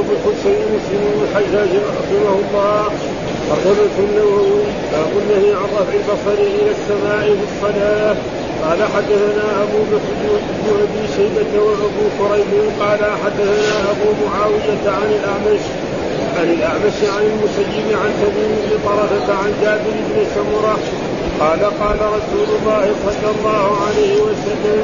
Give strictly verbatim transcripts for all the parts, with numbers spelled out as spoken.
أبو الحسين مسلم والحجاج رحمه الله. قال النووي باب النهي عن رفع البصر إلى السماء بالصلاة. قال حدثنا أبو بكر بن أبي شيبة وأبو كريب قال حدثنا أبو معاوية عن الأعمش عن الأعمش عن المسيب عن تميم بن طرفة عن جابر بن سمرة قال قال رسول الله صلى الله عليه وسلم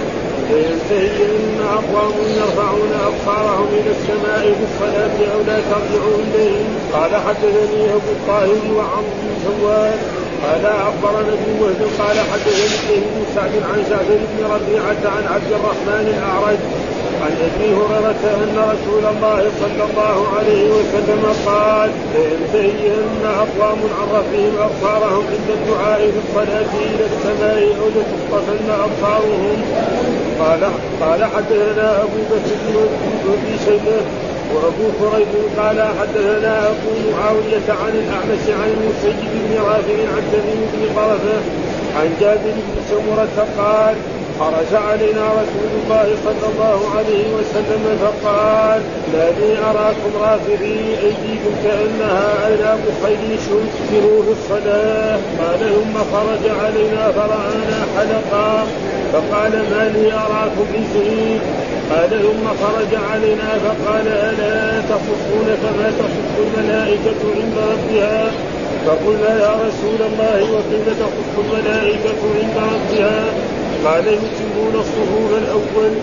لينتهين أقوام يرفعون أبصارهم إلى السماء بالصلاة أو لا ترجعوا إليهم. قال حدثني أبو الطاهر وعمرو بن سواد قال أخبرنا ابن وهب قال حدثني ابن سعد عن جابر بن ربيعة عن عبد الرحمن الأعرج عن أبي هريرة أن رسول الله صلى الله عليه وسلم قال لينتهين أقوام عن رفعهم أبصارهم عند الدعاء في الصلاة إلى السماء أو لتصطفن أبصارهم. قال قال حدثنا أبو بكر بن أبي شيبة وأبو كريب قال حدثنا أبو معاوية عن الأعمش عن المسيب بن رافع عن تميم بن طرفة عن جابر بن سمرة قال خرج علينا رسول الله صلى الله عليه وسلم فقال ما لي أراكم رافعي أيديكم كأنها أعناق خيل شنكروا في الصلاة. قال ثم خرج علينا فرآنا حلقا فقال ما لي أراكم إزري. قال ثم خرج علينا فقال ألا تصفون كما تصف الملائكة عند ربها. فقلنا يا رسول الله وكيف تصف الملائكة عند ربها؟ قال يتمون الصفوف الأول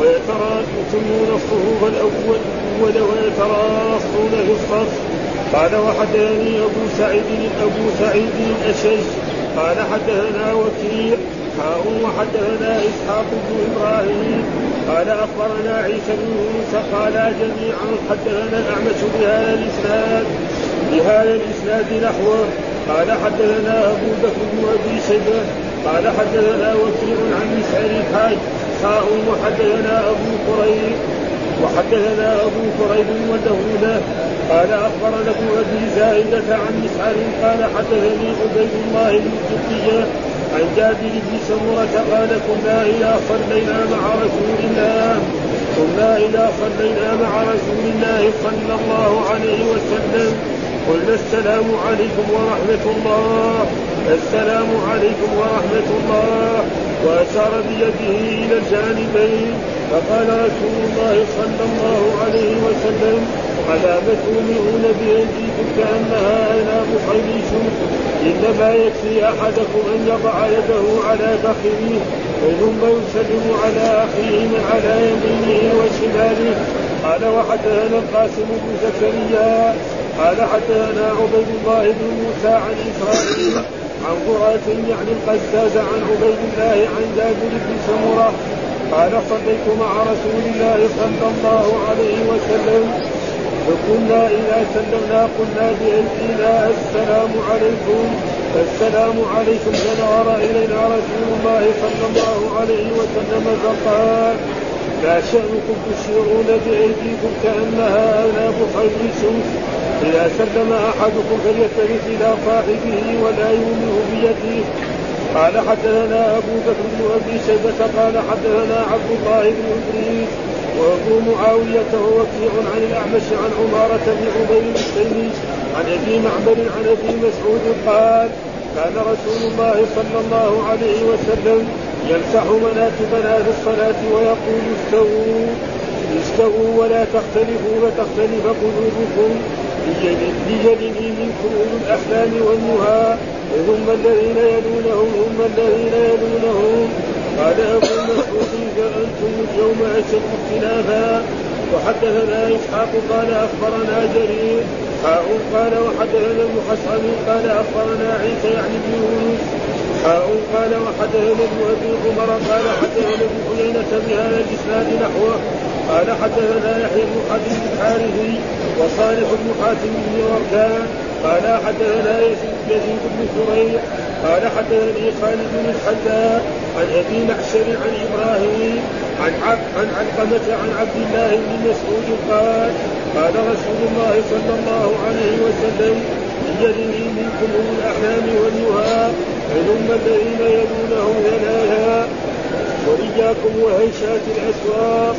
ويتمون الصفوف الأول ويتراصون في الصف. قال وحدثني أبو سعيد أبو سعيد الأشج قال حدثنا وكيع حاء وحدثنا إسحاق بن إبراهيم قال أخبرنا عيسى بن موسى قال جميعا حدثنا الأعمش بهذا الإسناد بهذا الإسناد نحوه. قال حدثنا أبو بكر بن أبي شيبة قال حدثنا وكيع عن مسعر الحاج حاء وحدثنا أبو كريب وحدثنا أبو كريب ودهوله قال أخبرنا ابن أبي زائدة عن مسعر قال حدثني عبيد الله بن جبية عن جابر بن سمرة قال كنا إذا صلينا مع رسول الله كنا إذا صلينا مع رسول الله صلى الله عليه وسلم قلنا السلام عليكم ورحمة الله السلام عليكم ورحمة الله وأشار بيده إلى الجانبين. فقال رسول الله صلى الله عليه وسلم ألا تؤمنون بأيديكم كأنها أعناق خيل شوك إنما يكفي أحدكم أن يضع يده على فخذه ثم يسلم على أخيه من على يمينه وشماله. قال وحدثنا القاسم بن زكريا قال حدثنا عبيد الله بن موسى عن إسرائيل عن قرات يعني القزاز عن عبيد الله عن جابر بن سمرة قال صليت مع رسول الله صلى الله عليه وسلم فكنا إذا سلمنا قلنا بأيدينا السلام عليكم السلام عليكم فنظر إلينا رسول الله صلى الله عليه وسلم فقال لا شأنكم تشيرون بأيديكم كأنها أعناق خيل شوك إذا سلم أحدكم فليلتفت إلى صاحبه ولا يؤمن بيده. قال حدثنا أبو بكر بن أبي شيبة قال حدثنا عبد الله بن إدريس وأبو معاوية ووكيع عن الأعمش عن عمارة بن عبيد التيمي عن أبي معمر عن أبي مسعود قال كان رسول الله صلى الله عليه وسلم يمسح مناكبنا في الصلاة ويقول استووا استووا ولا تختلفوا فتختلف قلوبكم ليجدني منكم أولو الأحلام والنهى ثم الذين يلونهم ثم الذين يلونهم. قال أبو مسعود فأنتم اليوم أشد اختلافا. وحدثنا إسحاق قال أخبرنا جرير حاء قال وحدثنا المحصن قال أخبرنا عيسى يعني بن يونس حاء قال وحدثنا ابن أبي عمر قال حدثنا ابن عيينة بهذا الإسناد نحوه. قال حدثنا يحيى بن حبيب الحارثي وصالح بن حاتم بن وركان قال حدثنا يزيد بن سريع قال حدثني خالد بن الحذاء عن أبي معشر عن إبراهيم عن عن علقمة عن عبد الله بن مسعود قال قال رسول الله صلى الله عليه وسلم ليجدني منكم أولو الأحلام والنهى ثم الذين يلونهم ثلاثا وإياكم وهيشات الأسواق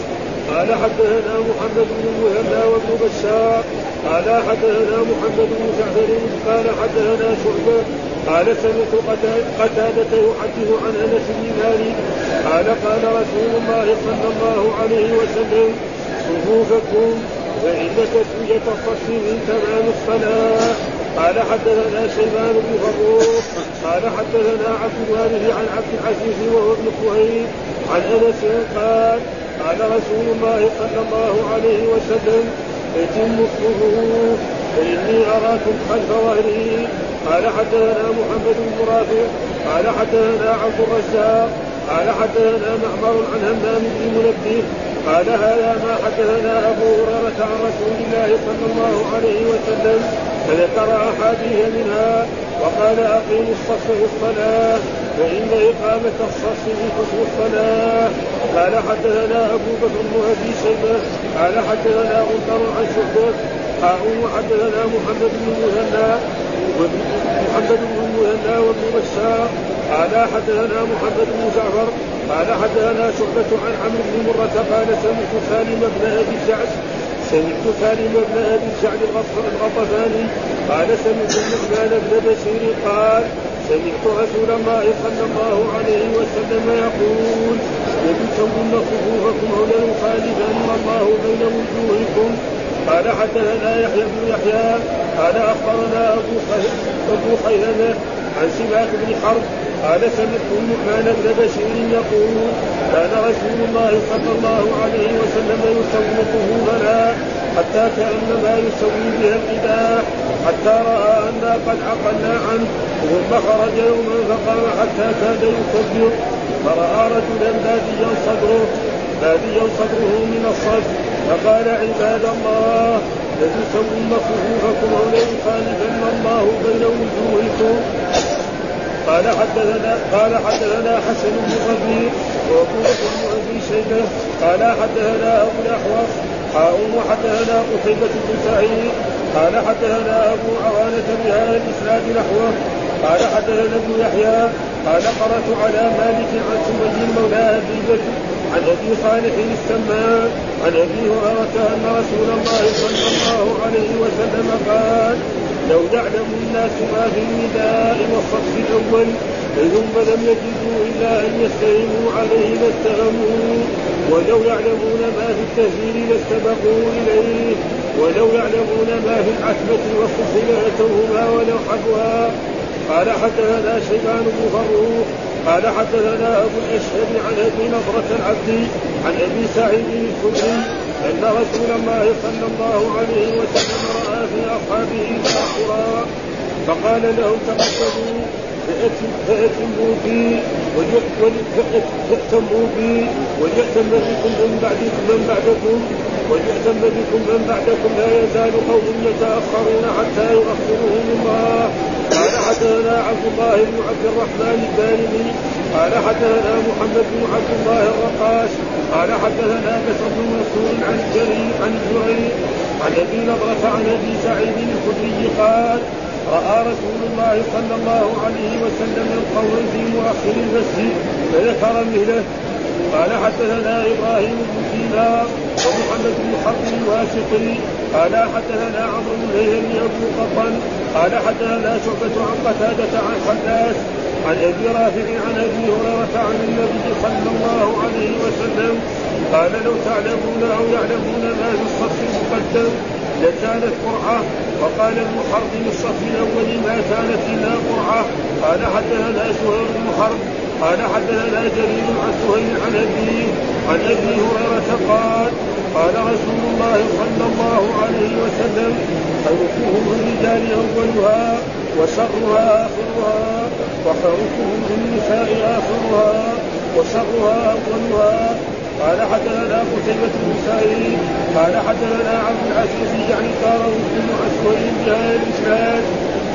قال حدثنا محمد بن المثنى وابن بشار قال حدثنا محمد بن جعفر قال حدثنا شعبة قال سمعت قتادة يحدث عن انس بن مالك قال قال رسول الله صلى الله عليه وسلم صفوفكم فإن تسوية الصف من تمام الصلاة. قال حدثنا شيبان بن فروخ قال حدثنا عبد الوارث عن عبد العزيز وهو ابن قهير عن انس قال قال رسول الله صلى الله عليه وسلم اتموا الصفوف فإني أراكم خلف ظهري. قال حدثنا محمد بن رافع قال حدثنا عبد الرزاق قال حدثنا معمر عن همام بن منبه قال هذا ما حدثنا أبو هريرة عن رسول الله صلى الله عليه وسلم فذكر أحاديث منها وقال أقيموا الصف في الصلاة فإن إقامة الصف في حسن الصلاة. قال حدثنا أبو بكر بن أبي شيبة قال حدثنا غندر عن شعبة وحدثنا محمد بن المثنى محمد بن المثنى وابن بشار قال حدثنا محمد بن جعفر قال حدثنا شعبة عن عمرو بن مرة قال سمعت سالم بن أبي الجعد سمعت سالم بن أبي الجعد الغطفاني قال سمعت النعمان بن بشير قال سمعت رسول الله صلى الله عليه وسلم يقول لتسوون صفوفكم أو ليخالفن الله بين وجوهكم. قال حدثنا يحيى بن يحيى قال أخبرنا أبو خيثمة عن سماك بن حرب قال سمعت النعمان بن بشير يقول كان رسول الله صلى الله عليه وسلم يسوي صفوفنا حتى كأنما يسوي بها القداح حتى رأى أننا قد عقلنا عنه ثم خرج يوما فقام حتى كاد يكبر فرأى رجلا باديا صدره باديا صدره من الصف فقال عباد الله لتسوون صفوفكم أو ليخالفن الله بين وجوهكم. قال حدثنا قال حدثنا حسن بن ربيع وابو بكر بن ابي شيبه قال حدثنا ابو الاحوص حاء وحدثنا قتيبة بن سعيد قال حدثنا ابو عوانة بهذا الاسناد نحوه قال حدثنا ابن يحيى قال قرأت على مالك عن سمي مولى ابي بكر عن ابي صالح السمان عن ابي هريرة ان رسول الله صلى الله عليه وسلم قال لو يعلم الناس ما في النداء والصف الاول ثم لم يجدوا الا ان يستهموا عليه لاستهموا ولو يعلمون ما في التهجير لاستبقوا اليه ولو يعلمون ما في العتبة والصف لاتوهما ولو حبوا. قال حدثنا شيبان بن فروخ قال حدثنا ابو الاشهر عن ابي نضرة العبدي عن ابي سعيد الخدري ان رسول الله صلى الله عليه وسلم راى في اصحابه باخرا فقال لهم تقدموا فأتموا بي فأتموا بي وليأتم بكم من بعدكم من بعدكم وليأتم بكم من بعدكم لا يزال قوم يتأخرون حتى يؤخرهم الله. قال حدثنا عبد الله بن عبد الرحمن الدارمي قال حدثنا محمد بن عبد الله الرقاش قال حدثنا بشر بن منصور عن الجرير عن الزهري عن ابي نضرة عن ابي سعيد الخدري قال رأى رسول الله صلى الله عليه وسلم القوم في مؤخر المسجد فذكر مثله. قال حدثنا ابراهيم بن دينار ومحمد بن حرب الواسطي قال حدثنا عمرو بن الهيثمي ابو قطن قال حدثنا شعبة عن قتادة عن خلاس عن ابي رافع عن ابي هريرة عن النبي صلى الله عليه وسلم قال لو تعلمون او يعلمون ما في الصف المقدم لكانت قرعة. وقال ابن حرب الصف الاول ما كانت الا قرعة. قال حدثنا زهير بن حرب قال حدثنا جرير عن سهيل عن ابيه عن ابي هريرة قال قال رسول الله صلى الله عليه وسلم خيركم الرجال اولها وشرها اخرها وخيركم النساء اخرها وشرها اولها. قال حدثنا قتيبة بن سعيد قال حدثنا عبد العزيز يعني دار مسلم عن سهيل بهذا الاسناد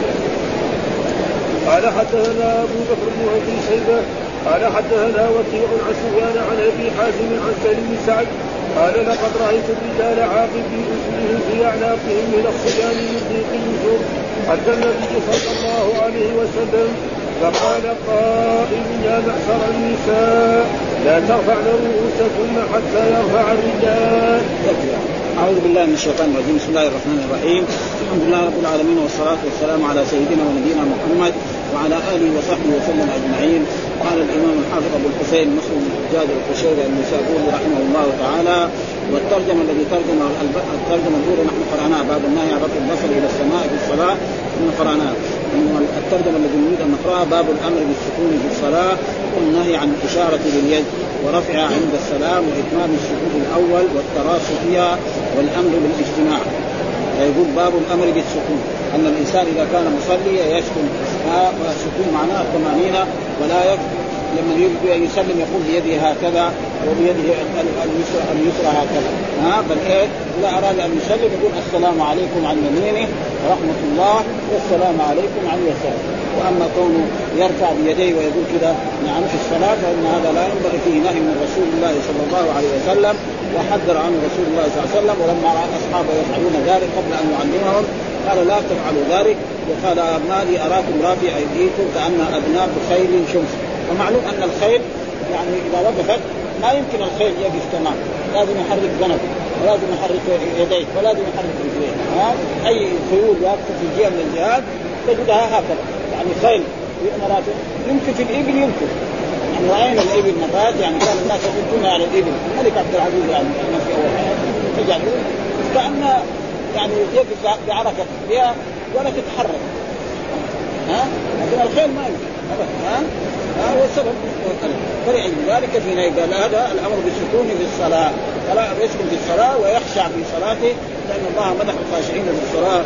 قال حدثنا ابو بكر بن ابي شيبة قال حدثنا وكيع عن سفيان عن ابي حازم عن سالم بن سعد قال لقد رايت الرجال عاقبي اسمهم في اعناقهم من الصيام من ضيق النشر حتى النبي صلى الله عليه وسلم فقال قائل يا معشر النساء لا ترفعن رؤوسكن حتى يرفع الرجال. أعوذ بالله من الشيطان الرجيم. بسم الله الرحمن الرحيم. الحمد لله رب العالمين والصلاة والسلام على سيدنا ونبينا محمد وعلى آله وصحبه وسلم أجمعين. قال الإمام الحافظ أبو الحسين مسلم بن الحجاج القشيري النسابوري رحمه الله تعالى: والترجمة الذي ترجم الترجمة الأولى نحن قرأناها بعد النهي عن رفع البصر إلى السماء في الصلاة نحن قرأناها. الترجمة التي نريد أن نقرأها باب الأمر بالسكون في الصلاة والنهي عن الإشارة باليد ورفعها عند السلام وإتمام السجود الأول والتراص فيها والأمر بالاجتماع. يقول باب الأمر بالسكون أن الإنسان إذا كان مصلي يسكن. والسكون معناه الطمأنينة ولا يسكن لما يسلم يقول بيده هكذا وبيده اليسرى هكذا. ها بل إيه إذا أراد أن يسلم يقول السلام عليكم عن يمينه ورحمة الله والسلام عليكم عن يساره. وأما كونه يرفع بيديه ويقول كذا نعم في الصلاة فإن هذا لا ينبغي فيه نهي من رسول الله صلى الله عليه وسلم وحذر عنه رسول الله صلى الله عليه وسلم. ولما رأى أصحابه يفعلون ذلك قبل أن يعلمهم قال لا تفعلوا ذلك وقال ما لي أراكم رافع أيديكم كأن أذناب خيل شمس. ومعلوم أن الخيل يعني إذا وقفت ما يمكن الخيل يقف تمام، لازم يحرك ذنبه ولازم يحرك يديه ولازم يحرك رجليه. ها أي خيول واقفة في جهة من الجهات تجدها هكذا يعني خيل مرات يمكن في الإبل يمكن يعني رأينا الإبل مرات يعني كان الناس يقولون على الإبل الملك عبد العزيز يعني في أول حياته تجعلون كأن يعني يقف بعركة بها ولا تتحرك. ها لكن الخيل ما يمكن ها هو السبب. فلأجل ذلك فينا قال هذا الأمر بالسكون في الصلاة فلا يسكن في الصلاة ويخشع في صلاته لأن الله مدح الخاشعين في الصلاة.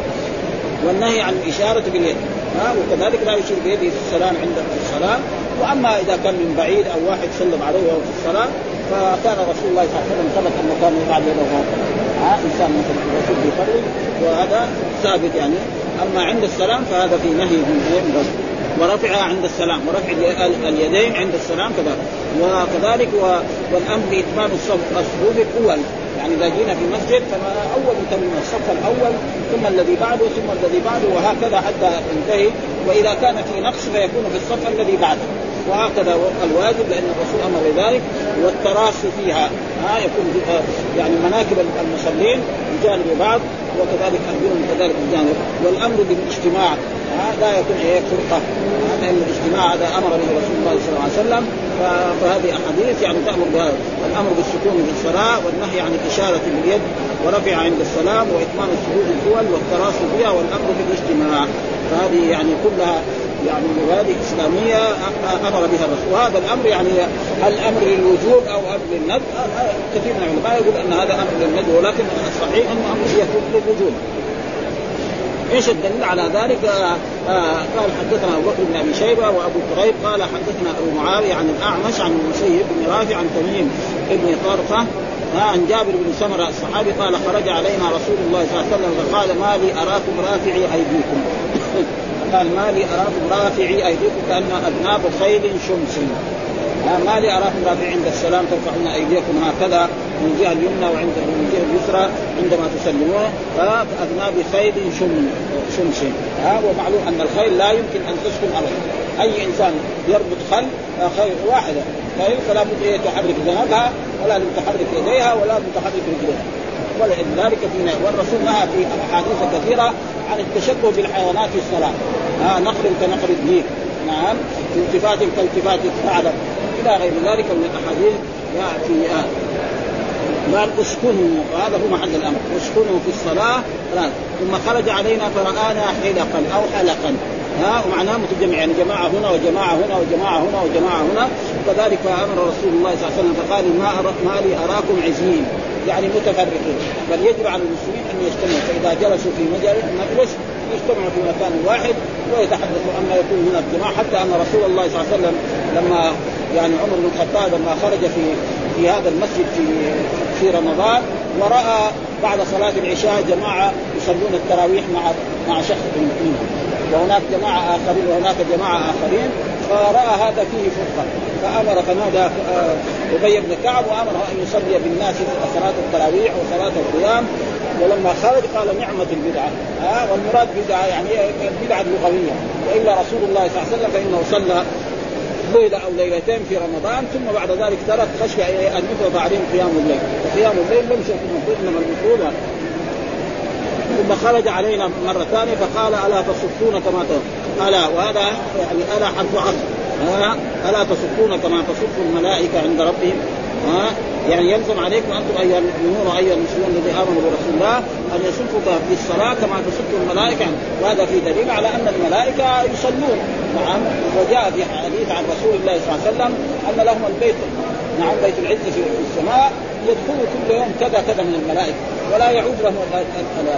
والنهي عن الإشارة باليد ها وكذلك لا يشير بيده في السلام عند الصلاة. وأما إذا كان من بعيد أو واحد سلم عليه وهو في الصلاة فكان رسول الله صلى الله عليه وسلم ثبت أنه كان يفعل يده هكذا. ها إنسان مثل الرسول يفرج وهذا ثابت يعني. أما عند السلام فهذا في نهي من بس. ورفعها عند السلام ورفع اليدين عند السلام كذا. وكذلك والأمر بإتمام الصفوف الأول يعني إذا جينا في مسجد فأول تمام الصف الأول ثم الذي بعده ثم الذي بعده وهكذا حتى ينتهي. وإذا كان في نقص فيكون في الصف الذي بعده وهكذا الواجب لأن الرسول أمر بذلك. والتراص فيها ها يكون يعني مناكب المصلين بجانب بعض وكذلك أرجلهم كذلك بجانب. والأمر بالاجتماع لا يكون هيك فرقة هذا الاجتماع هذا أمر به رسول الله صلى الله عليه وسلم. فهذه أحاديث يعني تأمر بهذا الأمر بالسكون في الصلاة والنهي عن الإشارة باليد ورفع عند السلام وإتمام السجود الأول والتراص فيها والأمر بالاجتماع. فهذه يعني كلها يعني مبادئ إسلامية أمر بها الرسول. وهذا الأمر يعني هل أمر للوجوب أو أمر للندب؟ كثير من العلماء يقول أن هذا أمر للندب ولكن الصحيح أنه أمر يكون للوجوب. ايش الدليل على ذلك؟ آه آه قال حدثنا ابو بكر بن ابي شيبه وابو كريب قال حدثنا ابو معاويه عن الاعمش عن المسيب بن رافع عن تميم بن طرفه آه عن جابر بن سمره الصحابي قال خرج علينا رسول الله صلى الله عليه وسلم فقال ما لي اراكم رافعي ايديكم قال ما لي اراكم رافعي ايديكم كأن اذناب خيل شمس. آه ما لي اراكم رافعي عند السلام ترفعون ايديكم هكذا من الجهه اليمنى وعند من الجهه اليسرى عندما تسلمون فأذناب خيل شمس. ها ومعلوم أن الخيل لا يمكن أن تسكن أبدا. أي إنسان يربط خيل خيل واحدة خيل فلا بد تحرك ذنبها ولا تحرك يديها ولا تحرك رجليها ولذلك فينا. والرسول نهى في أحاديث كثيرة عن التشبه بالحيوانات في الصلاة. ها نقر كنقر الديك نعم التفات كالتفات الثعلب إلى غير ذلك من الأحاديث في آه. قال اسكنوا وهذا هو محل الأمر اسكنوا في الصلاة. ثم خرج علينا فرآنا حلقا أو حلقا ها ومعناه متجمع يعني جماعة هنا وجماعة هنا وجماعة هنا وجماعة هنا. كذلك أمر رسول الله صلى الله عليه وسلم فقال ما, ما لي أراكم عزين يعني متفرقين بل يجب على المسلمين أن يجتمعوا. فإذا جلسوا في مجلس يجتمعوا في مكان واحد ويتحدثوا. أما يكون هنا اجتماع حتى أن رسول الله صلى الله عليه وسلم لما يعني عمر بن الخطاب لما خرج في في هذا المسجد في في رمضان ورأى بعد صلاة العشاء جماعة يصلون التراويح مع مع شخص منهم وهناك جماعة آخرين وهناك جماعة آخرين فرأى هذا فيه فرقة فأمر فنادى أبي بن كعب وأمره أن يصلي بالناس صلاة التراويح وصلاة القيام ولما خرج قال نعمة البدعة. ها والمراد بدعة يعني البدعة اللغوية. وإلا رسول الله صلى الله عليه وسلم فإنه صلى ليلة أو ليلتين في رمضان ثم بعد ذلك ترك خشية أن يفرض عليهم قيام الليل. وقيام الليل لم يكن المفروض إنما المفروض. ثم خرج علينا مرة ثانية فقال ألا تصفون كما تصفون. ألا وهذا يعني ألا حرف عطف. ألا تصفون كما تصف الملائكة عند ربهم. ها يعني يلزم عليكم أنتم أيها المؤمنون وأيها المسلمون الذين آمنوا برسول الله أن يصفوا في الصلاة كما تصف الملائكة. وهذا في دليل على أن الملائكة يصلون. نعم وجاء في حديث عن رسول الله صلى الله عليه وسلم أن لهم البيت نعم بيت العزة في السماء يدخل كل يوم كذا كذا من الملائكة ولا يعود لهم الآن.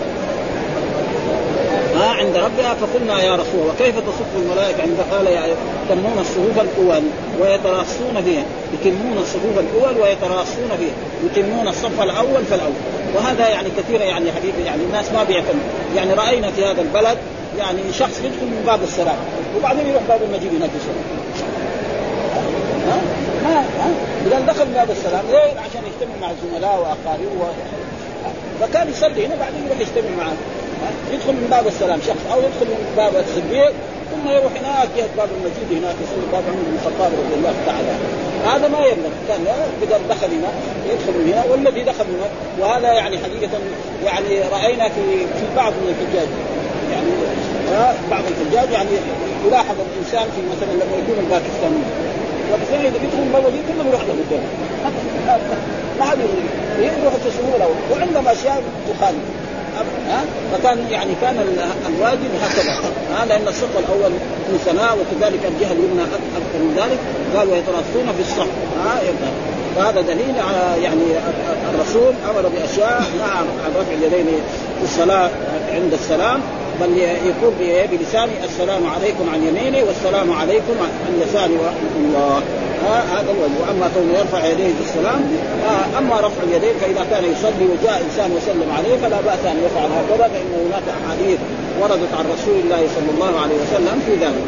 ها عند ربنا فقلنا يا رسول وكيف تصف الملائكة عند قال يتمون الصفوف الأول ويتراصون فيها يتمون الصفوف الأول ويتراصون فيها يتمون الصف الأول فالأول. وهذا يعني كثير يعني حديث يعني الناس ما بيعتمد. يعني رأينا في هذا البلد يعني شخص يدخل من باب السلام وبعدين يروح باب المجيد هناك يسلم. ها ما ها إذا دخل باب السلام ليه؟ عشان يجتمع مع الزملاء وأقاربه و... فكان يصلي هنا بعدين يروح يجتمع معه. يدخل من باب السلام شخص أو يدخل من باب الزبير ثم يروح هناك جهة باب المجيد هناك يصير باب عمر بن الخطاب رضي الله تعالى. هذا ما يملك كان بدأ دخل هنا يدخل من هنا والذي دخل هنا. وهذا يعني حقيقة يعني رأينا في في بعض من الحجاج يعني بعض الحجاج يعني يلاحظ الإنسان في مثلا لما يكون الباكستاني وبالتالي إذا بيدخل من باب كله يروح له قدام ما حد يروح تسهوله وعندما أشياء تخالف. ها فكان يعني كان الواجب هكذا. ها لأن الصف الأول من سماء وكذلك الجهة اليمنى أكثر من ذلك قال ويتراصون في الصف. ها يبقى فهذا دليل على يعني الرسول أمر بأشياء مع رفع اليدين في الصلاة عند السلام بل يقول بلسانه السلام عليكم عن يمينه والسلام عليكم عن يساره ورحمة الله. هذا هو. وأما كونه يرفع يديه في السلام أما رفع اليدين فإذا كان يصلي وجاء إنسان وسلم عليه فلا بأس أن يفعل هكذا فإن هناك أحاديث وردت عن رسول الله صلى الله عليه وسلم في ذلك.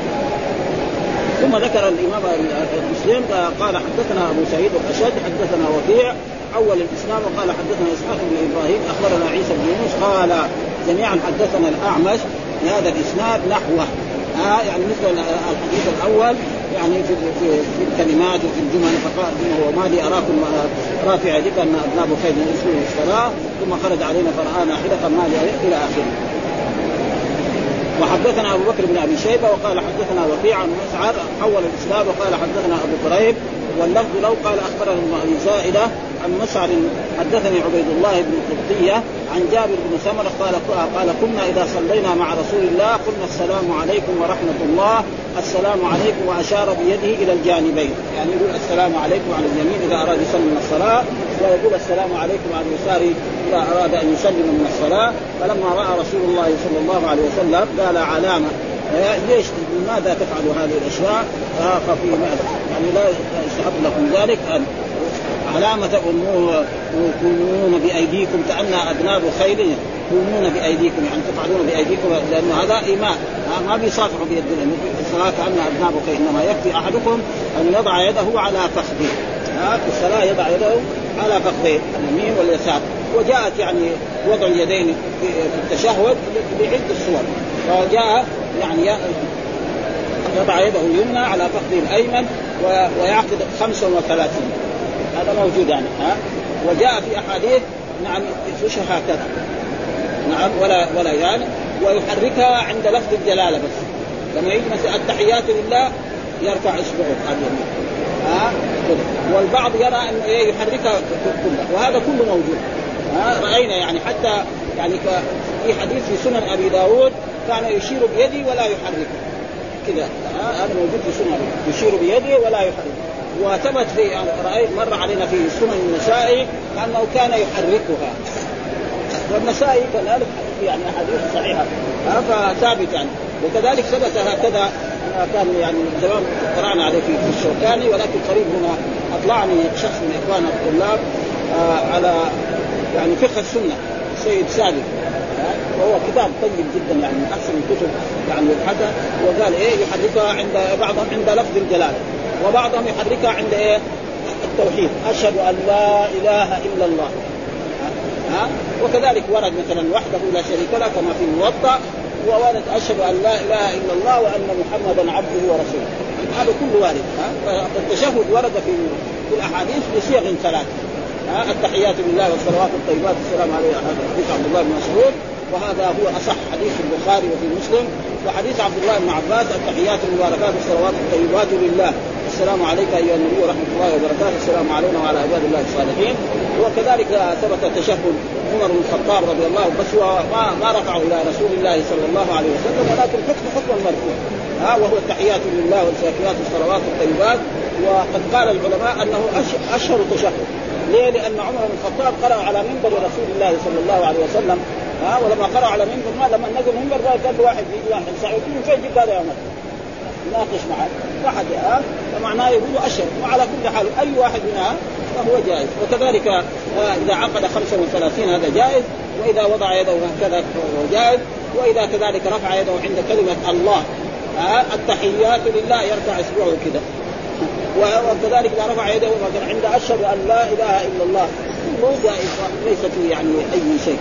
ثم ذكر الإمام المسلم قال حدثنا أبو سعيد الأشد حدثنا وكيع أول الإسلام وقال حدثنا إسحاق بن إبراهيم أخبرنا عيسى بن يونس قال جميعا حدثنا الأعمش بهذا الإسناد نحوه. آه يعني مثل الحديث الأول يعني في, في, في الكلمات وفي الجمل فقال هو ما لي أراكم رافع يدك أن أذناب خير من اسمه الصلاة ثم خرج علينا فرآنا حدقا ما لي إلى آخره. وحدثنا أبو بكر بن أبي شيبة وقال حدثنا وكيع عن مسعر حول الإسلام وقال حدثنا أبو قريب واللفظ لو قال أخبرنا ابن زائدة عن مسعر حدثني عبيد الله بن قبطية عن جابر بن سمرة قال قال كنا إذا صلينا مع رسول الله قلنا السلام عليكم ورحمة الله السلام عليكم وأشار بيده إلى الجانبين. يعني يقول السلام عليكم على اليمين إذا أراد يسلم من الصلاة ويقول السلام عليكم على اليسار إذا أراد أن يسلم من الصلاة. فلما رأى رسول الله صلى الله عليه وسلم قال علامة ليش لماذا تفعل هذه الأشياء ففي ماذا يعني لا يستحب لكم ذلك أن علامة تقومون بأيديكم كأن أذناب خيل تقومون بأيديكم يعني تفعلون بأيديكم لأن هذا إيمان ما بيصافحوا بيد في الصلاة كأن أذناب خيل. إنما يكفي أحدكم أن يضع يده على فخذه. في الصلاة يضع يده على فخذه اليمين واليسار. وجاءت يعني وضع اليدين في التشهد بعدة الصور فجاء يعني يضع يده اليمنى على فخذه الأيمن ويعقد خمسة وثلاثين هذا موجود يعني. ها وجاء في أحاديث نعم يفرشها هكذا نعم ولا ولا يعني ويحركها عند لفظ الجلالة بس. لما يجي مثلا التحيات لله يرفع إصبعه على اليمين. ها والبعض يرى أن يحركها كلها وهذا كله موجود. ها رأينا يعني حتى يعني في حديث في سنن أبي داود كان يشير بيده ولا يحركه كذا. هذا موجود في سنن يشير بيده ولا يحركه. وثبت في رأيت مر علينا في سنن النسائي أنه كان يحركها والنسائي كذلك يعني أحاديث صحيحة فثابت يعني. وكذلك ثبت هكذا كان يعني زمان قرأنا عليه في الشوكاني ولكن قريب هنا أطلعني شخص من إخوان الطلاب على يعني فقه السنة السيد سالم وهو كتاب طيب جدا يعني من أحسن الكتب يعني يبحثها. وقال إيه يحركها عند بعضهم عند لفظ الجلالة وبعضهم يحركها عند إيه التوحيد أشهد أن لا إله إلا الله. ها. وكذلك ورد مثلا وحده لا شريك له كما في الموطأ، وورد أشهد أن لا إله إلا الله وأن محمدا عبده ورسوله، هذا كله وارد. التشهد ورد في الأحاديث بصيغ ثلاث، التحيات لله والصلوات الطيبات السلام عليه، حديث عبد الله بن مسعود، وهذا هو أصح حديث في البخاري وفي مسلم. وحديث عبد الله بن عباس التحيات المباركات والصلوات الطيبات لله السلام عليك أيها النبي ورحمة الله وبركاته السلام علينا وعلى عباد الله الصالحين. وكذلك ثبت تشهد عمر بن الخطاب رضي الله عنه، بس هو ما, ما رفعه إلى رسول الله صلى الله عليه وسلم، ولكن حكم حكم المرفوع، ها وهو التحيات لله والزاكيات والصلوات الطيبات. وقد قال العلماء أنه أشهر تشهد. ليه؟ لأن عمر بن الخطاب قرأ على منبر رسول الله صلى الله عليه وسلم، ها ولما قرأ على منبر ما لما نزل منبر قال واحد يجي واحد سعودي فين جيب هذا يا عمر؟ ناقش معه واحد ها، فمعناه يقول أشهر. وعلى كل حال أي واحد منها فهو جائز. وكذلك إذا عقد خمسة وثلاثين هذا جائز، وإذا وضع يده هكذا فهو جائز، وإذا كذلك رفع يده عند كلمة الله ها التحيات لله يرفع إصبعه كده، وكذلك إذا رفع يده مثلا عند أشهد أن لا إله إلا الله هو جائز، ليس فيه يعني أي شيء.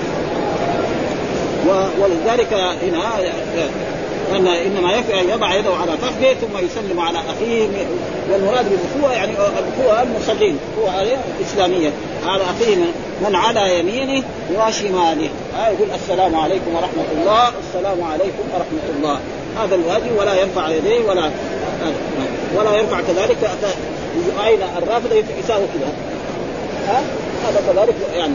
ولذلك هنا أن إنما يكفي أن يضع يده على فخذه ثم يسلم على أخيه. والمراد بالأخوة يعني الأخوة المصلين، هو إسلامية على أخيه من على يمينه وشماله، يقول السلام عليكم ورحمة الله السلام عليكم ورحمة الله، هذا الواجب. ولا يرفع يديه ولا ولا يرفع كذلك أين الرافض يساوي كذا، ها هذا كذلك يعني.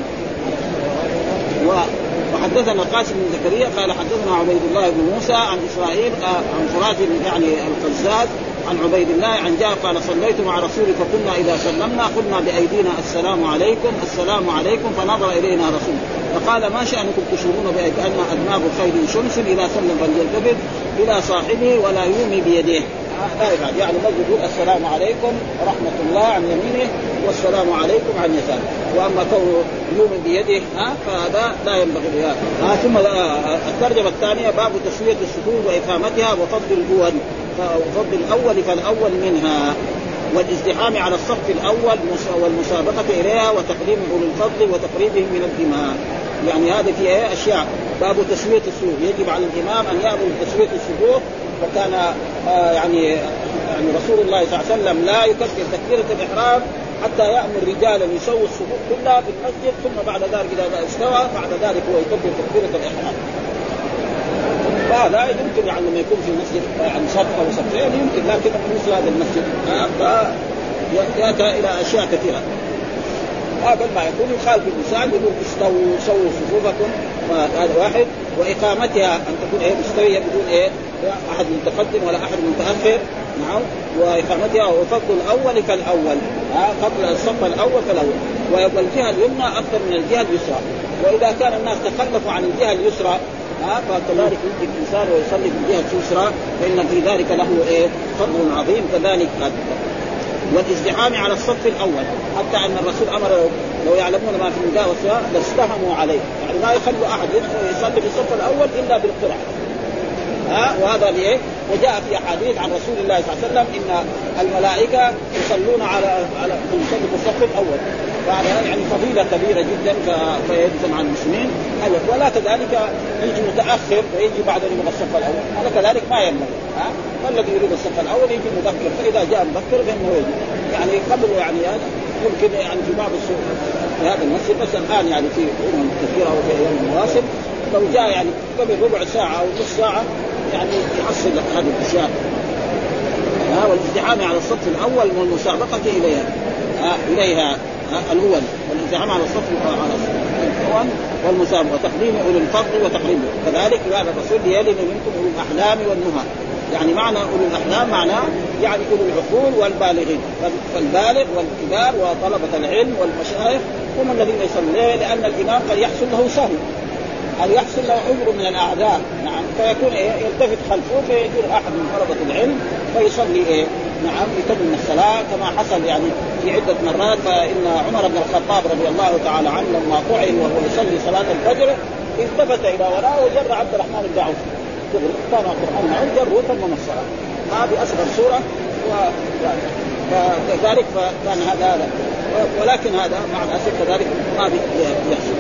وحدثنا قاسم بن زكريا قال حدثنا عبيد الله بن موسى عن إسرائيل عن فراج يعني القزاز عن عبيد الله عن جابر قال صليت مع رسولك فكنا إذا سلمنا قلنا بأيدينا السلام عليكم السلام عليكم، فنظر إلينا رسول فقال ما شأنكم تشيرون بأن أذناب خير شمس إذا سلم فليلتفت إلى صاحبه ولا يومي بيديه. يعني نجد يقول السلام عليكم ورحمة الله عن يمينه والسلام عليكم عن يساره، وأما كونه يوم بيده ها فهذا لا ينبغي لها. ها ثم الترجمة الثانية باب تسوية الصفوف وإقامتها وفضل الأول وفضل الأول فالأول منها، والازدحام على الصف الأول والمسابقة إليها وتقديم أولي الفضل وتقريبهم من الإمام. يعني هذه فيها أشياء. باب تسوية الصفوف، يجب على الإمام أن يأمر بتسوية الصفوف. وكان آه يعني يعني رسول الله صلى الله عليه وسلم لا يكبر تكبيرة الإحرام حتى يأمر رجالا يسووا الصفوف كلها في المسجد، ثم بعد ذلك إذا استوى بعد ذلك هو يكبر تكبيرة الإحرام. فهذا يمكن يعني لما يكون في المسجد يعني صف أو صفين يمكن، لكن مثل هذا المسجد يأتى إلى أشياء كثيرة. قبل ما يكون يخالف الإنسان يقول استووا سووا صفوفكم، هذا واحد. وإقامتها أن تكون إيه مستوية بدون إيه أحد متقدم ولا أحد متأخر. نعم. وإقامتها وفضل الأول كالأول، فضل الصف الأول كالأول. والجهة اليمنى أكثر من الجهة اليسرى. وإذا كان الناس تخلفوا عن الجهة اليسرى فكذلك يجي الإنسان ويصلي في الجهة اليسرى فإن في ذلك له إيه فضل عظيم. كذلك والازدحام على الصف الأول، حتى أن الرسول أمر لو يعلمون ما في المجاوزة لاستهموا عليه، يعني ما يخلوا أحد يصلي في الصف الأول إلا بالقرعة. ها وهذا ليه؟ وجاء في أحاديث عن رسول الله صلى الله عليه وسلم إن الملائكة يصلون على على يصلي في الصف الأول، فهذا يعني فضيلة كبيرة جدا فيجزم عن المسلمين. ولا كذلك يجي متأخر ويجي بعد يبغى الصف الأول، هذا كذلك ما ينبغي. ها فالذي يريد الصف الأول يجي مبكر، فإذا جاء مبكر فإنه يجي يعني قبل يعني هذا يمكن يعني في بعض السوق في هذا المسجد، بس الآن يعني في أمم كثيرة وفي أيام المواسم لو جاء يعني قبل ربع ساعة أو نص ساعة يعني يحصل هذه الأشياء. ها والازدحام على الصف الأول والمسابقة إليها ها إليها الأول، والازدحام على الصف الأول والمسابقة وتقديم أولي الفضل وتقريبه. كذلك قال الرسول يلي منكم أولي الأحلام والنهى، يعني معنى أولي الأحلام معناه يعني أولي العقول والبالغين، فالبالغ والكبار وطلبة العلم والمشايخ هم الذين يصلون، لأن الإمام قد يحصل له سهو أو يحصل له عذر من الأعذار. نعم فيكون إيه يلتفت خلفه فيجر أحد من طلبة العلم فيصلي إيه نعم يتم الصلاة كما حصل يعني في عدة مرات. فإن عمر بن الخطاب رضي الله تعالى عنه لما طعن وهو يصلي صلاة الفجر التفت إلى وراءه وجر عبد الرحمن بن عوف، كان عبد الرحمن بن عوف جر وتم الصلاة، هذه أصغر سورة. وكذلك فكان هذا ولكن هذا مع الأسف كذلك ما بيحصل.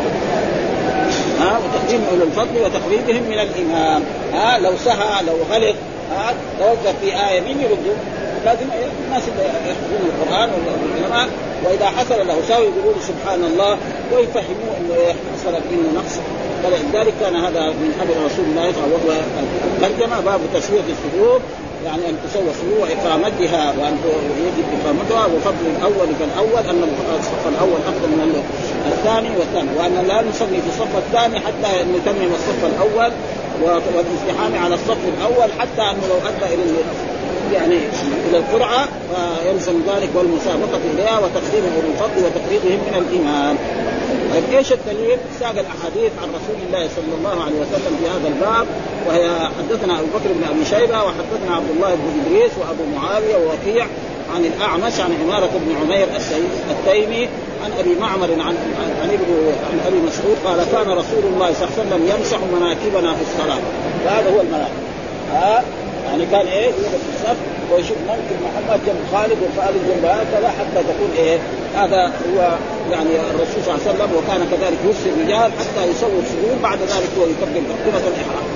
ها وتقديم أولي الفضل وتقريبهم من الإمام. ها لو سهى لو غلط ها توقف في آية مين يردوا؟ لازم الناس يحفظون القرآن والعلماء، وإذا حصل له سهو يقولون سبحان الله ويفهموا إنه حصل منه نقص. فلذلك كان هذا من أمر رسول الله صلى الله عليه وسلم. ترجمة باب تسوية الصفوف، يعني أن تسوى الصفوف وإقامتها وأن يجب إقامتها، وفضل الأول فالأول أن الصف الأول أفضل من الثاني والثاني، وأن لا نصلي في الصف الثاني حتى نتمم الصف الأول، والازدحام على الصف الأول حتى أنه لو أدى إلى يعني إلى القرعة فيلزم ذلك، والمسابقة إليها وتقديم أولي الفضل وتقريبهم من الإمام. ايش الدليل؟ ساق الاحاديث عن رسول الله صلى الله عليه وسلم في هذا الباب، وهي حدثنا ابو بكر بن ابي شيبه وحدثنا عبد الله بن ادريس وابو معاويه ووكيع عن الاعمش عن عماره بن عمير التيمي عن ابي معمر عن عن ابن عن ابي مسعود قال كان رسول الله صلى الله عليه وسلم يمسح مناكبنا في الصلاه. فهذا هو المناكب. ها يعني كان ايه يوقف في الصف ويشوف منكب محمد جنب خالد وخالد جنب هكذا حتى تكون ايه. هذا هو يعني الرسول صلى الله عليه وسلم، وكان كذلك يرسل الرجال حتى يسووا السجود، بعد ذلك هو يكبر تكبيرة الإحرام.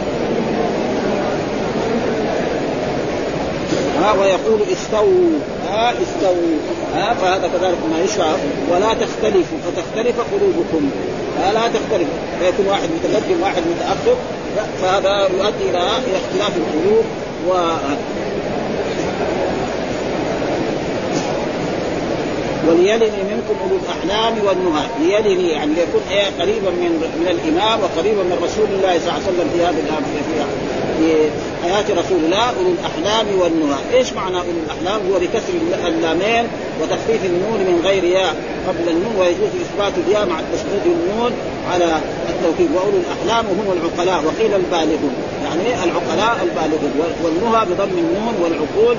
ها ويقول استووا ها استووا ها فهذا كذلك ما يشرع. ولا تختلفوا فتختلف قلوبكم. ها لا تختلف فيكون واحد متقدم واحد متأخر، فهذا يؤدي إلى اختلاف القلوب. و وليلني منكم أولو الأحلام والنهى. ليلني يعني يكون إيه قريبا من من الإمام وقريبا من رسول الله صلى الله عليه وسلم في هذه الآية في حياة رسول الله. أولو الأحلام والنهى. إيش معنى أولو الأحلام؟ هو بكسر اللامين وتخفيف النون من غير ياء قبل النون، ويجوز إثبات الياء مع تشديد النون على التوكيد. وأولو الأحلام هم العقلاء، وقيل البالغون، يعني العقلاء البالغون. والنهى بضم النون والعقول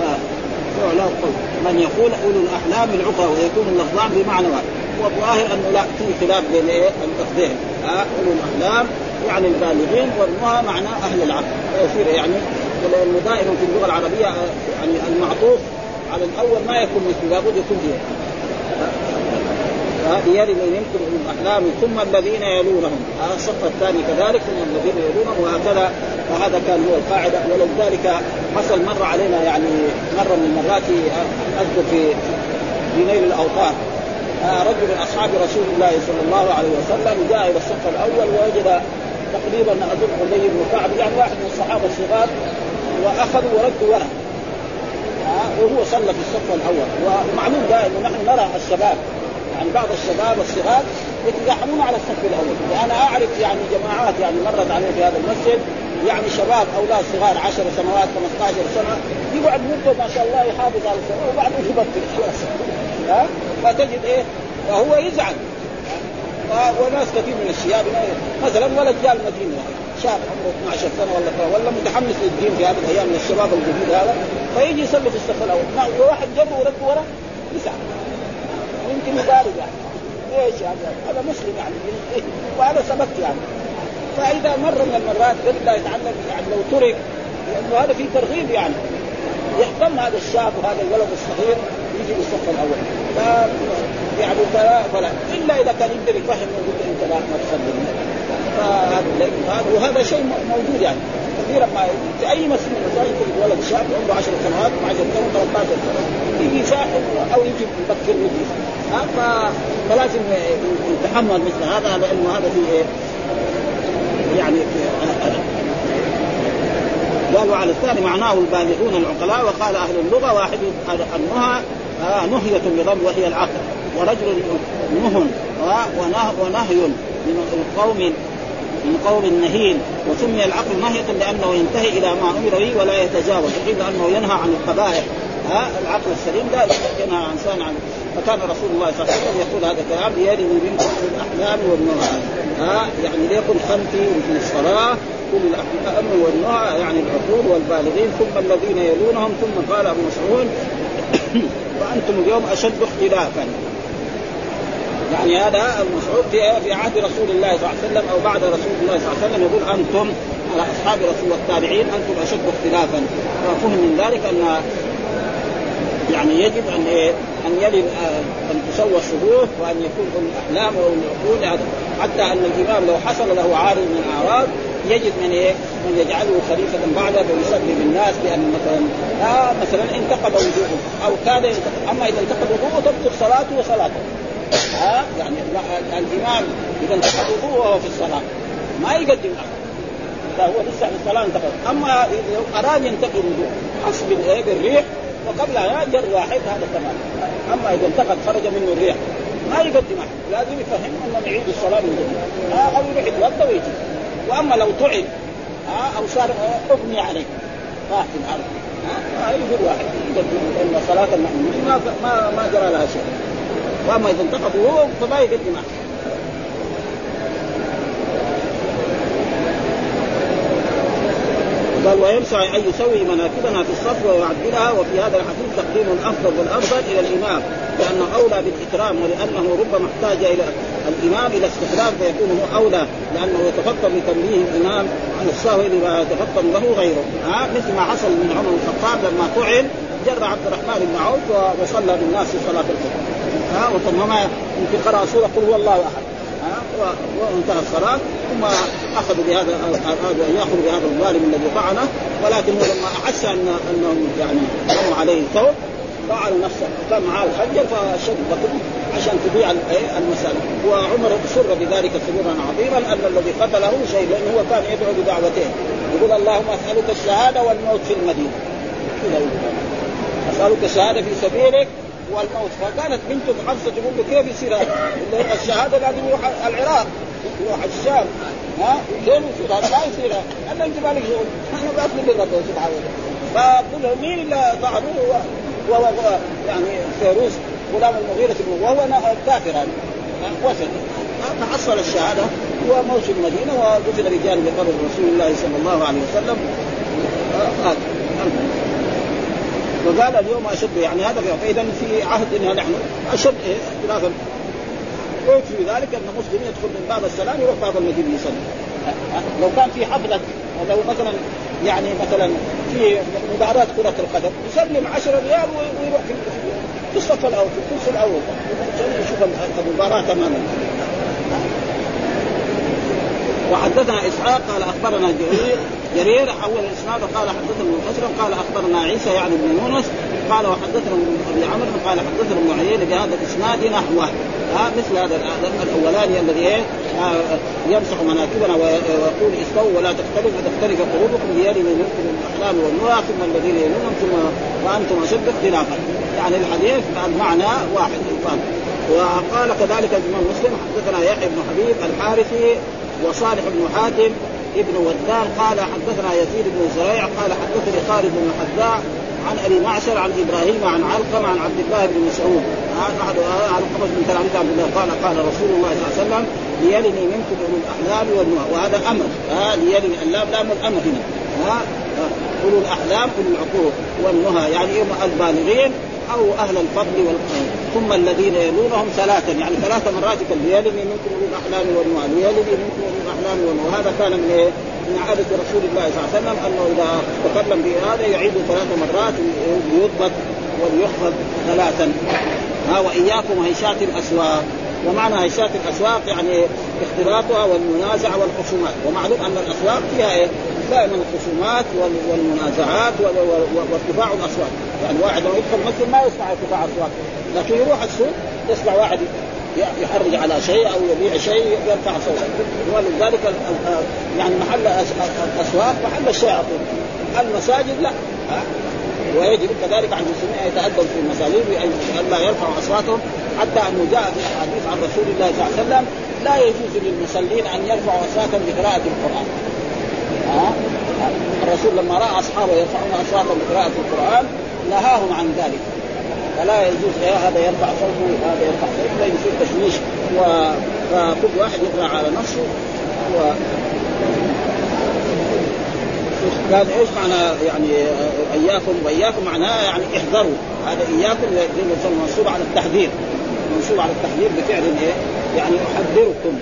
من يقول أولو الأحلام العقى، ويكون اللفظان بمعنى واحد. والظاهر أنه لا في خلاف بين التقدير. أولو الأحلام يعني البالغين، والنهى معنى أهل العقل. فيصير يعني دائما في اللغة العربية يعني المعطوف على الأول ما يكون مثل، لابد يكون فيه هذه منكم أولو الأحلام ثم الذين يلونهم. الصف الثاني كذلك ثم الذين يلونهم، وهكذا. وهذا كان هو القاعدة. ولذلك حصل مرة علينا يعني مرة من المرات أذكر في في نيل الأوطار رجل من أصحاب رسول الله صلى الله عليه وسلم جاء إلى الصف الأول ووجد تقريبا أظن أبي بن كعب يعني واحد من الصحابة الصغار، وأخذوا وردوا ورا وهو صلى في الصف الأول. ومعلوم دائما نحن نرى الشباب يعني بعض الشباب الصغار يتزاحمون على الصف الأول. وأنا أعرف يعني جماعات يعني مرت عليه في هذا المسجد يعني شباب أولاد صغار عشر سنوات خمسة عشر سنة يقعد مدة ما شاء الله يحافظ على الصلاة وبعدين يبطل ها فتجد إيه فهو يزعل. وناس كثير من الشباب مثلا ولد جاء المدينة شاب عمره اثني عشر سنة ولا ولا متحمس للدين في هذه الأيام من الشباب الجديد هذا، فيجي يصلي في الصف الأول وواحد جنبه ورد ورا يزعل يمكن يبالغ يعني ايش يعني هذا مسلم يعني وهذا ثبت يعني. فإذا مر من المرات بدأ يتعلم يعني لو ترك لأنه هذا فيه ترغيب يعني يهتم هذا الشاب وهذا الولد الصغير يجي بالصف الأول. ف يعني فلا, فلا إلا إذا كان يقدر يفهم يقول أنت لا ما تصلي. فهذا وهذا شيء موجود يعني كثيرا ما في أي مسجد مساجد ولد شاب عنده عشر سنوات مع جنته ثلاثة عشر سنة يجي يساعد أو يجي يفكر يجي ها فلازم يتحمل مثل هذا لأنه هذا فيه يعني قالوا على الثاني معناه البالغون العقلاء. وقال أهل اللغة واحد النهى آه نهية بضم وهي العقل، ورجل نهن ونهي من قوم من قوم النهين. وسمي العقل نهية لأنه ينتهي إلى ما أمر به ولا يتجاوز، وقيل أنه ينهى عن القبائح. ها العقل السليم لا ينهى عن إنسان عن. فكان رسول الله صلى الله عليه وسلم يقول هذا الكلام ليرني منكم الأحلام والنهى. ها يعني ليكن خلفي في الصلاة كل الأحلام والنهى يعني العقول والبالغين ثم الذين يلونهم. ثم قال أبو مسعود وأنتم اليوم أشد اختلافا. يعني هذا المسعود في عهد رسول الله صلى الله عليه وسلم أو بعد رسول الله صلى الله عليه وسلم يقول أنتم على أصحاب رسول التابعين أنتم أشد اختلافا. وفهم من ذلك أن يعني يجب أن ان يلي ان تسوى الصدور وان يكون ذو الاحلام والعقول، حتى ان الامام لو حصل له عارض من الاعراض يجد من ايه من يجعله خليفه بعده ويصلي بالناس، لان مثلا آه مثلا انتقد وضوءه او كاد ينتقد، اما اذا انتقد وضوءه تبطل صلاته وصلاته. ها آه يعني الامام اذا انتقد وضوءه وهو في الصلاه ما يقدم أحد، فهو لسه في الصلاه انتقد. اما لو اراد ينتقد وضوءه حسب الريح وقبلها جر واحد هذا تمام. اما اذا انتقد خرج منه الريح ما يقدم أحد، لازم يفهم انه يعيد الصلاه من جديد آه او يروح يتوضا ويجي. واما لو تعب آه او صار اغمي عليه راح في الارض آه يقول واحد ان صلاه المؤمنين ما ما ما جرى لها شيء. واما اذا انتقد هو فما يقدم أحد. قال ويمسح أن يسوي مناكبنا في الصف ويعدلها. وفي هذا الحديث تقديم الأفضل والأفضل إلى الإمام لأنه أولى بالإكرام، ولأنه ربما احتاج إلى الإمام إلى استخدام فيكون هو أولى، لأنه يتفطن لتنبيه الإمام عن السهو لما يتفطن له غيره. ها مثل ما حصل من عمر بن الخطاب لما طعن جر عبد الرحمن بن عوف وصلى بالناس في صلاة الفجر ها وثم يمكن قرأ سورة قل هو الله أحد ها وانتهى الصلاة. ثم أخذوا بهذا أن يأخذوا بهذا الظالم الذي طعنه، ولكن هو لما أحس أن أنهم يعني قاموا عليه ثوب طعن نفسه وكان معاه الخنجر فشد بطنه عشان تضيع المسألة. وعمر سر بذلك سرورا عظيما أن الذي قتله شيء، لأنه هو كان يدعو بدعوتين يقول اللهم أسألك الشهادة والموت في المدينة، أسألك الشهادة في سبيلك والموت. فكانت بنته حفصة تقول له كيف يصير هذا؟ الشهادة لازم يروح العراق يروح الشام ها كيف يصير هذا؟ لا يصير هذا، أنت مالك شغل، أنا بأطلب الرب سبحانه وتعالى. فقل له مين اللي ظهره وهو يعني فيروز غلام المغيرة بن وهو كافر هذا وثني. فحصل الشهادة وموت في المدينة ودفن رجال بقبر رسول الله صلى الله عليه وسلم. هذا وقال اليوم أشد يعني هذا فإذا في عهدنا نحن أشد اختلافا. وفي ذلك أن مسلم يدخل من باب السلام يروح باب المدينة يصلي. لو كان في حفلة لو مثلا يعني مثلا في مباراة كرة القدم يسلم عشرة ريال ويروح في الصف الأول في الكرسي الأول عشان يشوف المباراة تماما. وحدثنا إسحاق قال أخبرنا جرير جرير أول الإسناد قال حدثنا ابن أسلم قال أخبرنا عيسى يعني ابن يونس قال وحدثنا أبي عمرو قال حدثنا ابن عيينة بهذا الإسناد نحوه ها مثل هذا الأولاني الذي آه يمسح مناكبنا ويقول استووا ولا تختلف فتختلف قلوبكم ليلي منكم الأحلام والنوى ثم الذين يلونهم ثم وأنتم أشد اختلافا. يعني الحديث المعنى واحد الفاظ. وقال كذلك الإمام مسلم حدثنا يحيى بن حبيب الحارثي وصالح بن حاتم ابن ودان قال حدثنا يزيد بن زريع قال حدثني خالد بن حذاء عن ابي معشر عن ابراهيم عن علقمه عن عبد الله بن مسعود احد علقمه بن تلاميذ عبد الله قال قال رسول الله صلى الله عليه وسلم ليلني منكم اولو الاحلام والنهى. وهذا امر ها ليلني اللام لام الامر هنا ها اولو الاحلام اولو العقول والنهى يعني البالغين او اهل الفضل والقيم ثم الذين يلونهم ثلاثا يعني ثلاث مرات ليلني منكم اولو الاحلام والنهى ليلني منكم اولو الاحلام والنهى. وهذا كان من ايه من عادة رسول الله صلى الله عليه وسلم أنه إذا تكلم بهذا يعيد ثلاث مرات ويضبط ويحفظ ثلاثا. ها وإياكم هيشات الأسواق. ومعنى هيشات الأسواق يعني اختلاطها والمنازعة والخصومات. ومعلوم أن الأسواق فيها إيه دائما الخصومات والمنازعات وارتفاع الأصوات. يعني واحد لو يدخل مسجد ما يسمع ارتفاع الأصوات لكن يروح السوق يسمع واحد يحرج على شيء أو يبيع شيء يرفع صوته. ولذلك يعني محل الأسواق محل الشياطين. المساجد لا. ويجب كذلك عن المسلمين أن يتأدبوا في المساجد وأن لا يرفعوا أصواتهم حتى أنه جاء في الحديث عن رسول الله صلى الله عليه وسلم لا يجوز للمصلين أن يرفعوا أصواتهم بقراءة القرآن. الرسول لما رأى أصحابه يرفعون أصواتهم بقراءة القرآن نهاهم عن ذلك. فلا يجوز هذا يرفع صوته وهذا يرفع صوته لا يصير تشويش. وكل واحد يقرأ على نفسه. و قال ايش معنى يعني اياكم واياكم معناه يعني احذروا. هذا اياكم منصوب على التحذير منصوب على التحذير بفعل ايه يعني احذركم.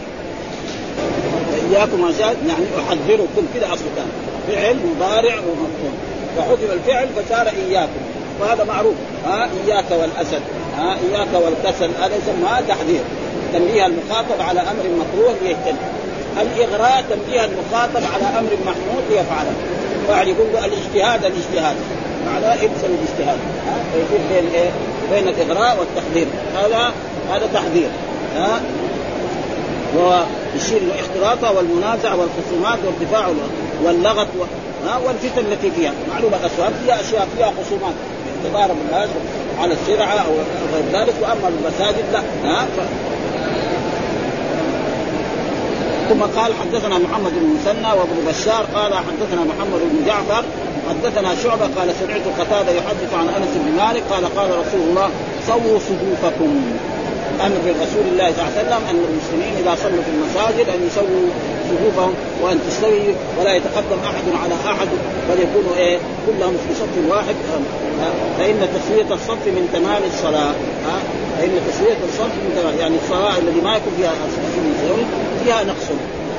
اياكم يعني احذركم كده اصل كان فعل مضارع ومفعول فحذف الفعل فصار اياكم. وهذا معروف ها اياك والاسد ها إياك والكسل هذا يسمى تحذير. تنبيه المخاطب على أمر مكروه ليجتنب. الإغراء تنبيه المخاطب على أمر محمود ليفعله. واحد يقول له الاجتهاد الاجتهاد معناه ابسل الاجتهاد، فيكون بين إيه؟ بين الإغراء والتحذير. هذا هذا تحذير. ها ويشير الاختلاط والمنازع والخصومات والدفاع واللغط والفتن التي فيها. معلومة الأسواق فيها أشياء فيها خصومات تضارب الناس على السرعة أو غير ذلك، وأما المساجد لا. ها ف... ثم قال حدثنا محمد بن مسنى وابن بشار قال حدثنا محمد بن جعفر حدثنا شعبة قال سمعت قتادة يحدث عن أنس بن مالك قال قال رسول الله صووا صفوفكم. أمر رسول الله صلى الله عليه وسلم أن المسلمين إذا صلوا في المساجد أن يسووا صفوفهم وأن تستوي ولا يتقدم أحد على أحد بل يكونوا إيه كلهم في صف واحد. فإن تسوية الصف من تمام الصلاة. فإن تسوية الصف من تمام يعني الصلاة الذي ما يكون فيها فيها نقص.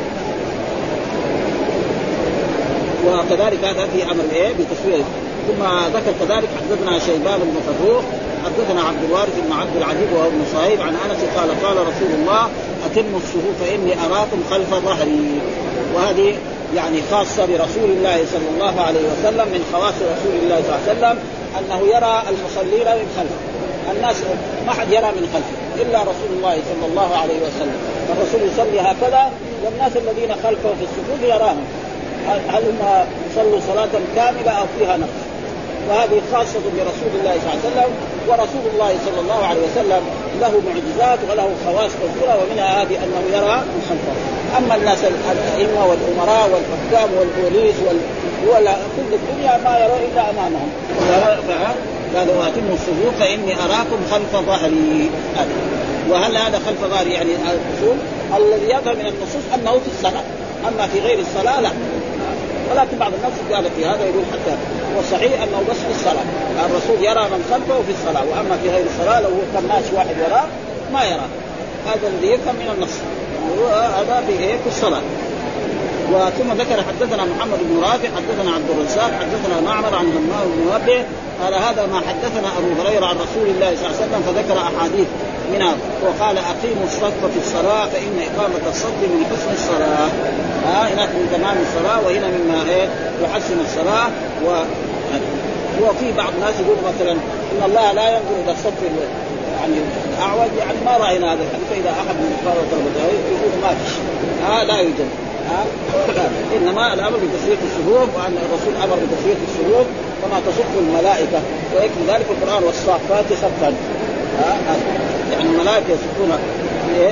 وكذلك هذا في أمر إيه بتسوية. ثم ذكر كذلك حدثنا شيبان بن فروخ حدثنا عبد الوارث بن عبد العزيز وهو ابن صهيب عن أنس قال قال رسول الله أتموا الصفوف فإني أراكم خلف ظهري. وهذه يعني خاصة برسول الله صلى الله عليه وسلم. من خواص رسول الله صلى الله عليه وسلم أنه يرى المصلين من خلفه. الناس ما حد يرى من خلفه إلا رسول الله صلى الله عليه وسلم. فالرسول يصلي هكذا والناس الذين خلفه في الصفوف يراهم هل هم صلوا صلاة كاملة أو فيها نقص. وهذه خاصة برسول الله صلى الله عليه وسلم. ورسول الله صلى الله عليه وسلم له معجزات وله خواص كثيرة ومنها هذه أنه يرى من خلفه. أما الناس الأئمة والأمراء والحكام والبوليس ولا كل الدنيا ما يروا إلا أمامهم. قالوا أتموا الصفوف فإني أراكم خلف ظهري. وهل هذا خلف ظهري يعني الرسول الذي يظهر من النصوص أنه في الصلاة، أما في غير الصلاة لا. ولكن بعض الناس قال في هذا يقول حتى والصحيح أنه بس في الصلاة الرسول يرى من خلفه في الصلاة، وأما في غير الصلاة لو كان ماشي واحد وراه ما يرى. هذا الذي يفهم من النص هذا في إيه في الصلاة. وثم ذكر حدثنا محمد بن رافع حدثنا عبد الرزاق حدثنا معمر عن همام بن منبه قال هذا ما حدثنا أبو هريرة عن رسول الله صلى الله عليه وسلم فذكر أحاديث منها وقال أقيموا الصف في الصلاة فإن إقامة الصف من حسن الصلاة. ها آه هناك من تمام الصلاة وهنا مما إيه يحسن الصلاة. و وفي بعض الناس يقول مثلا إن الله لا ينظر إلى الصف يعني أعوج يعني ما رأينا هذا الحديث. فإذا أحد من القارئ طلبته يقول ما فيش ها آه لا يوجد. ها آه إنما الأمر بتسوية الصفوف وأن الرسول أمر بتسوية الصفوف كما تصف الملائكة ويكفي ذلك القرآن والصافات صفا. ها يعني الملائكة يصفون إيه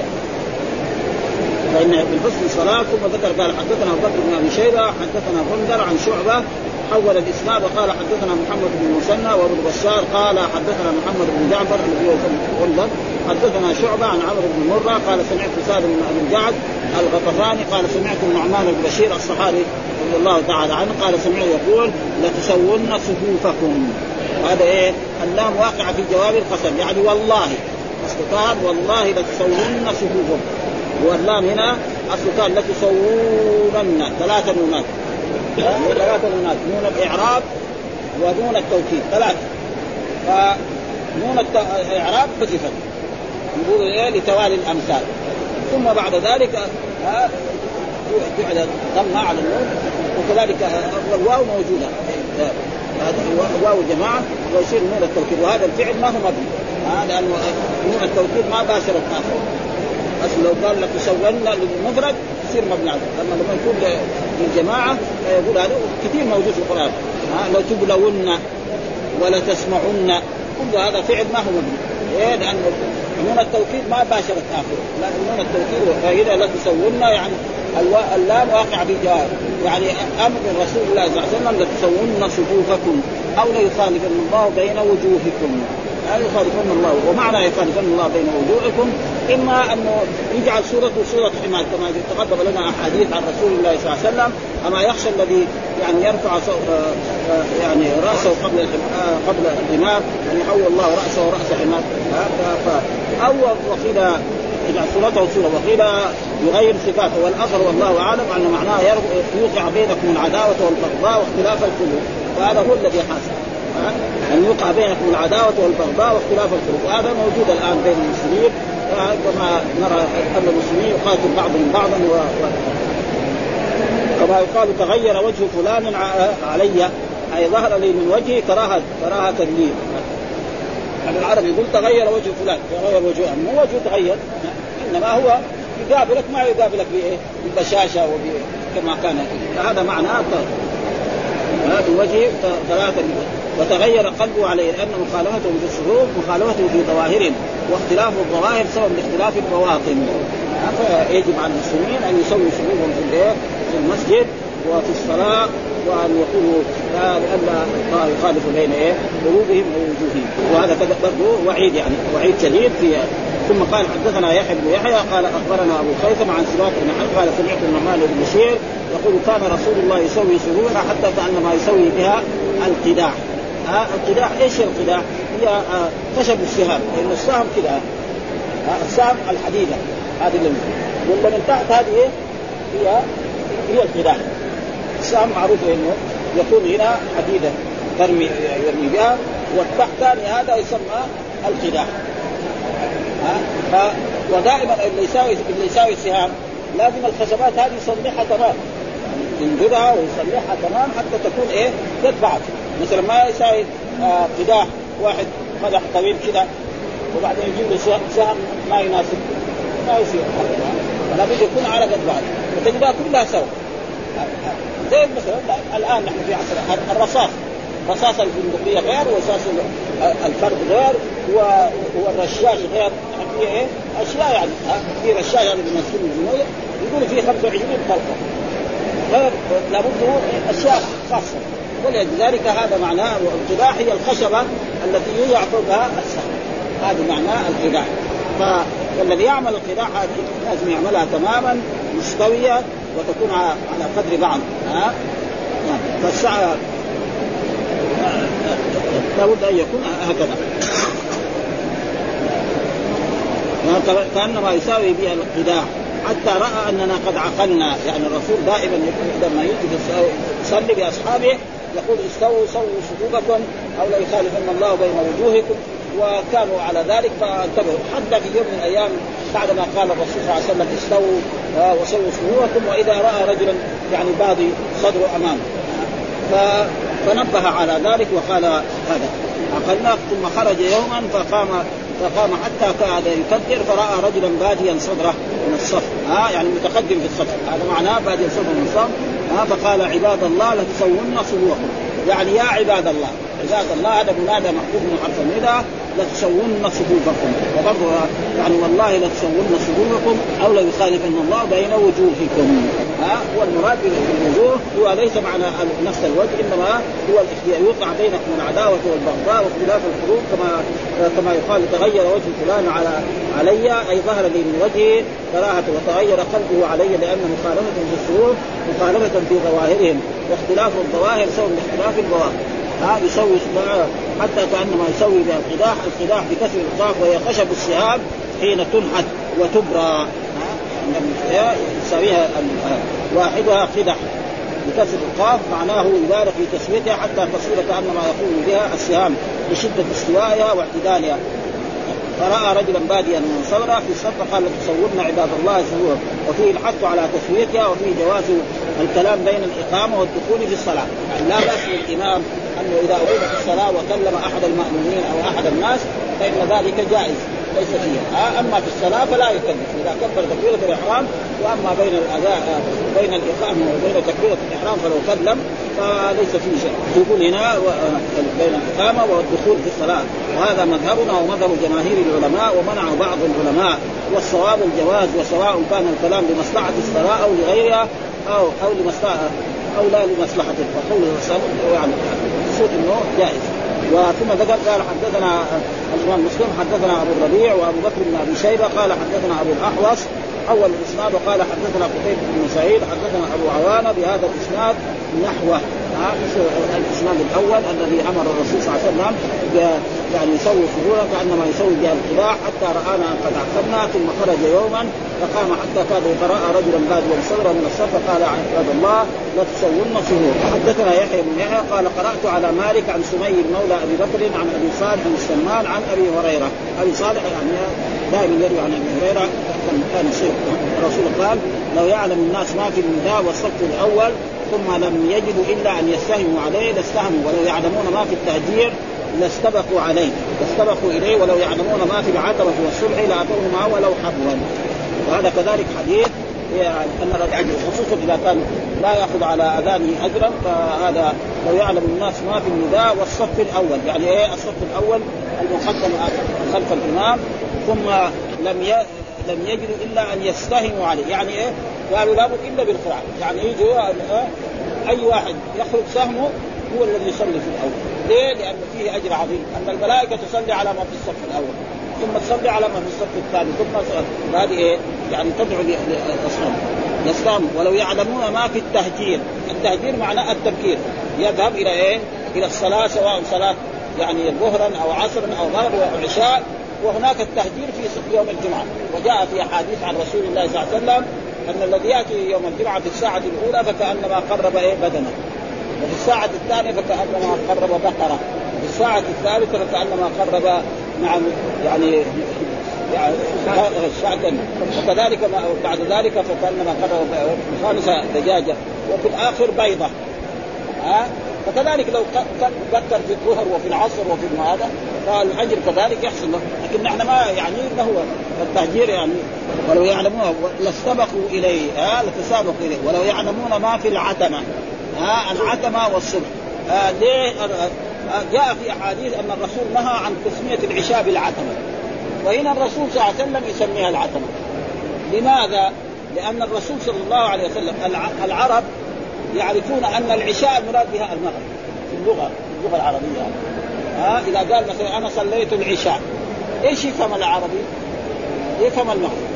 فإن بالحسن الصلاة. ثم ذكر قال حدثنا أبو بكر بن أبي شيبة حدثنا غندر عن شعبة حول الإسناد وقال حدثنا محمد بن مسنى وابن بشار قال حدثنا محمد بن جعفر الذي هو غندر حدثنا شعبة عن عمرو بن مرة قال سمعت سالم بن أبي الجعد الغطفاني قال سمعت النعمان بن بشير الصحابي رضي الله تعالى عنه قال سمعت يقول لتسون صفوفكم. هذا إيه اللام واقع في جواب القسم يعني والله أصدقان والله لتسون صفوفكم. واللام هنا أصدقان لتسونن ثلاثة نونات ثلاثة نونات نون الإعراب ونون التوكيد ثلاثة. فنون الإعراب حذفت نقول إيه لتوالي الأمثال. ثم بعد ذلك جعل ضم على النون وكذلك الواو موجودة هذا واو جماعة ويصير نون التوكيد. وهذا الفعل ما هو مبني لأن نون التوكيد ما باشر الآخر. أصل لو قال لك تسوّلنا للمفرد يصير مبني عليه. لما لما يكون للجماعة يقول هذا كثير موجود في القرآن. لو تبلون ولا تسمعون كل هذا فعل ما هو مبني إيه لأن نون التوكيد ما باشرت آخر. لأن نون التوكيد فإذا لا تسوّلنا يعني اللام واقع بجواب يعني أمر رسول الله صلى الله عليه وسلم لتسوّن صفوفكم أو ليخالفن الله بين وجوهكم. لا يخالفن الله ومعنى يخالفن الله بين وجوهكم إما أنه يجعل صورته صورة حمار كما تقدم لنا أحاديث عن رسول الله صلى الله عليه وسلم أما يخشى الذي يعني يرفع يعني رأسه قبل قبل الحمار أن يحول الله رأسه رأس حمار. أو وقيل يجعل صورته صورة وقيل يغير صفاته. والأثر والله أعلم أن معناه يوقع بينكم العداوة والبغضاء واختلاف القلوب. وهذا هو الذي حاصل أن يوقع بينكم العداوة والبغضاء واختلاف القلوب، وهذا موجود الآن بين المسلمين كما نرى أن المسلمين يقاتل بعضهم بعضا و... و... كما يقال تغير وجه فلان علي، أي ظهر لي من وجهي كراهة كراهة لي. العرب يقول تغير وجه فلان، تغير وجهه، مو وجهه تغير، إنما هو يقابلك ما يقابلك بإيه؟ ببشاشة كما كان. هذا معناه هذا الوجه كراهة لي. وتغير قلبه عليه لأن مخالفتهم في الشروط مخالفته في ظواهرهم، واختلاف الظواهر سبب لاختلاف البواطن. فيجب على المسلمين أن يسووا شروطهم في في المسجد وفي الصلاة، وأن يقولوا لأن الله يخالف بين إيه قلوبهم ووجوههم. وهذا برضه وعيد يعني وعيد شديد فيها. ثم قال حدثنا يحيى بن يحيى قال أخبرنا أبو خيثم عن سماك بن حرب قال سمعت النعمان بن بشير يقول كان رسول الله يسوي سرورا حتى كأنما يسوي بها القداح. ها القداح ايش القداح؟ هي آه خشب السهام، لأن السهم كده آه السهم الحديدة هذه اللي واللي من تحت هذه إيه؟ هي هي القداح. السهم معروف انه يكون هنا حديدة ترمي يرمي بها، والتحتاني هذا يسمى القداح. ها ودائما اللي يساوي اللي يساوي السهام لازم الخشبات هذه يصلحها تمام، ينجدها ويصلحها تمام حتى تكون ايه قد بعض. مثلا ما يساوي آه قداح واحد قدح طويل كده وبعدين يجيب له سهم ما يناسب ما يصير، لا بد يكون على قد بعض وتجدها كلها سوا. زي مثلا الان نحن في عصر الرصاص، رصاص البندقية غير ورصاص الفرد غير والرشاش غير، في ايه اشياء يعني في رشاش يعني بمسكين الجمهورية يقولوا فيه خمسة وعشرين طلقة، لابد اشياء خاصة. ولذلك هذا معناه القداح هي الخشبة التي يوضع فوقها السهم، هذا معناه القداح. فالذي يعمل القداح هذه لازم يعملها تماما مستوية وتكون على قدر بعض. ها فالساعة لابد أن يكون هكذا كأنما يساوي بها القداح حتى رأى أننا قد عقلنا. يعني الرسول دائما يقول إذا ما يجي يصلي بأصحابه يقول استووا سووا صفوفكم أو لا يخالفن الله بين وجوهكم، وكانوا على ذلك فانتبهوا. حتى في يوم من الأيام بعدما قال الرسول صلى الله عليه وسلم استووا وسووا صفوفكم، وإذا رأى رجلا يعني باضي صدره أمامه فنبه على ذلك وقال هذا عقلنا. ثم خرج يوما فقام فقام حتى كاد يكبر فرأى رجلا باديا صدره من الصف، ها يعني متقدم في الصف، هذا معناه باديا صدره من الصف. ها فقال عباد الله لتسوون صفوفكم، يعني يا عباد الله، عباد الله هذا منادى محفوظ من حرف النداء، لتسوون صفوفكم. وبرضه يعني والله لتسوون صفوفكم او لا يخالفن الله بين وجوهكم. ها هو المراد بالوجوه هو ليس معنى نفس الوجه، انما هو الاختيار يوقع بينكم العداوه والبغضاء واختلاف القلوب، كما كما يقال تغير وجه فلان على علي اي ظهر لي من وجهي كراهه، وتغير قلبه علي لان مخالفه في الشروط مخالفه في ظواهرهم، واختلاف الظواهر سوى باختلاف البواطن. هذا يسوي حتى كأنما يسوي بها القداح. القداح بكسر القاف وهي خشب السهام حين تنحت وتبرى، يسويها واحدها قدح بكسر القاف معناه يبالغ في تسويتها حتى تصير كأنما يقوم بها السهام لشدة استوائها واعتدالها. فرأى رجلا باديا من صدره في الصف قال تصورنا عباد الله سرورا، وفيه الحث على تسويتها، وفيه جواز الكلام بين الإقامة والدخول في الصلاة. يعني لا بأس للإمام أنه إذا أريد في الصلاة وكلم أحد المأمومين أو أحد الناس فإن ذلك جائز ليس فيه. أما في الصلاة فلا يكلم إذا كبر تكبيرة الإحرام، وأما بين الأذان بين الإقامة وبين تكبيرة الإحرام فلو كلم فليس فيه شيء. يقول هنا بين الإقامة والدخول في الصلاة، وهذا مذهبنا ومذهب جماهير العلماء، ومنع بعض العلماء، والصواب الجواز، وسواء كان الكلام لمصلحة الصلاة أو لغيرها أو أو لمصلحة أو لا لمصلحة. فقوله يعني صوت إنه جائز. وثم ذكر قال حدثنا الإمام مسلم حدثنا أبو الربيع وأبو بكر بن أبي شيبة قال حدثنا أبو الأحوص أول الإسناد، وقال حدثنا قتيبة بن سعيد حدثنا أبو عوانة بهذا الإسناد نحوه. الإسناد الأول الذي أمر الرسول صلى الله عليه وسلم يعني يسوي صدورا كأنما يسوي بها القداح حتى رآنا قد عقلنا. ثم خرج يوما فقام حتى كاد يتراءى رجلا باديا صدره من الصف فقال عباد الله لا تسون صهور. حدثنا يحيى بن يحيى قال قرأت على مالك عن سمي مولى أبي بكر عن أبي صالح السمان عن أبي هريرة. أبي صالح يعني دائما يروي عن أبي هريرة كان شيخ الرسول قال لو يعلم الناس ما في النداء والصف الأول ثم لم يجدوا إلا أن يستهموا عليه لاستهموا ولو يعلمون ما في التهجير لاستبقوا عليه لاستبقوا إليه ولو يعلمون ما في العتبة والصلح لأتوهما ولو حبوا. وهذا كذلك حديث أن الأجر خصوصا إذا كان لا يأخذ على أذانه أجرا فهذا لو يعلم الناس ما في النداء والصف الأول يعني إيه الصف الأول المقدم خلف الإمام ثم لم ي... لم يجدوا إلا أن يستهموا عليه يعني إيه قالوا لابد إلا بالقرآن يعني يجوا أي واحد يخرج سهمه هو الذي يصلي في الأول. ليه؟ لأن فيه أجر عظيم أن الملائكة تصلي على ما في الصف الأول ثم تصلي على ما في الصف الثاني ثم هذه إيه يعني تدعو لأصحاب يستهموا ولو يعلمون ما في التهجير. التهجير معناه التبكير يذهب إلى إيه إلى الصلاة سواء صلاة يعني ظهرا أو عصرا أو مغرب أو عشاء. وهناك التهجير في يوم الجمعة وجاء في حديث عن رسول الله صلى الله عليه وسلم أن الذي يأتي يوم الجمعة في الساعة الأولى فكأنما قرب إيه بدنه وفي الساعة الثانية فكأنما قرب بقرة وفي الساعة الثالثة فكأنما قرب نعم يعني يعني شاة وكذلك بعد ذلك فكأنما قرب خامسة دجاجة وفي الآخر بيضة ها فكذلك لو ذكر في الظهر وفي العصر وفي هذا فالأجر كذلك يحصل له. لكن نحن ما يعني ما هو التهجير يعني ولو يعلمون لاستبقوا إليه ها لتسابقوا إليه ولو يعلمون ما في العتمة ها العتمة والصبح. آه ليه آه جاء في أحاديث أن الرسول نهى عن تسمية العشاء بالعتمة وهنا الرسول صلى الله عليه وسلم يسميها العتمة. لماذا؟ لأن الرسول صلى الله عليه وسلم العرب يعرفون أن العشاء المراد بها المغرب في اللغة اللغة العربية ها إذا قال مثلا أنا صليت العشاء إيش يفهم العربي؟ يفهم المغرب.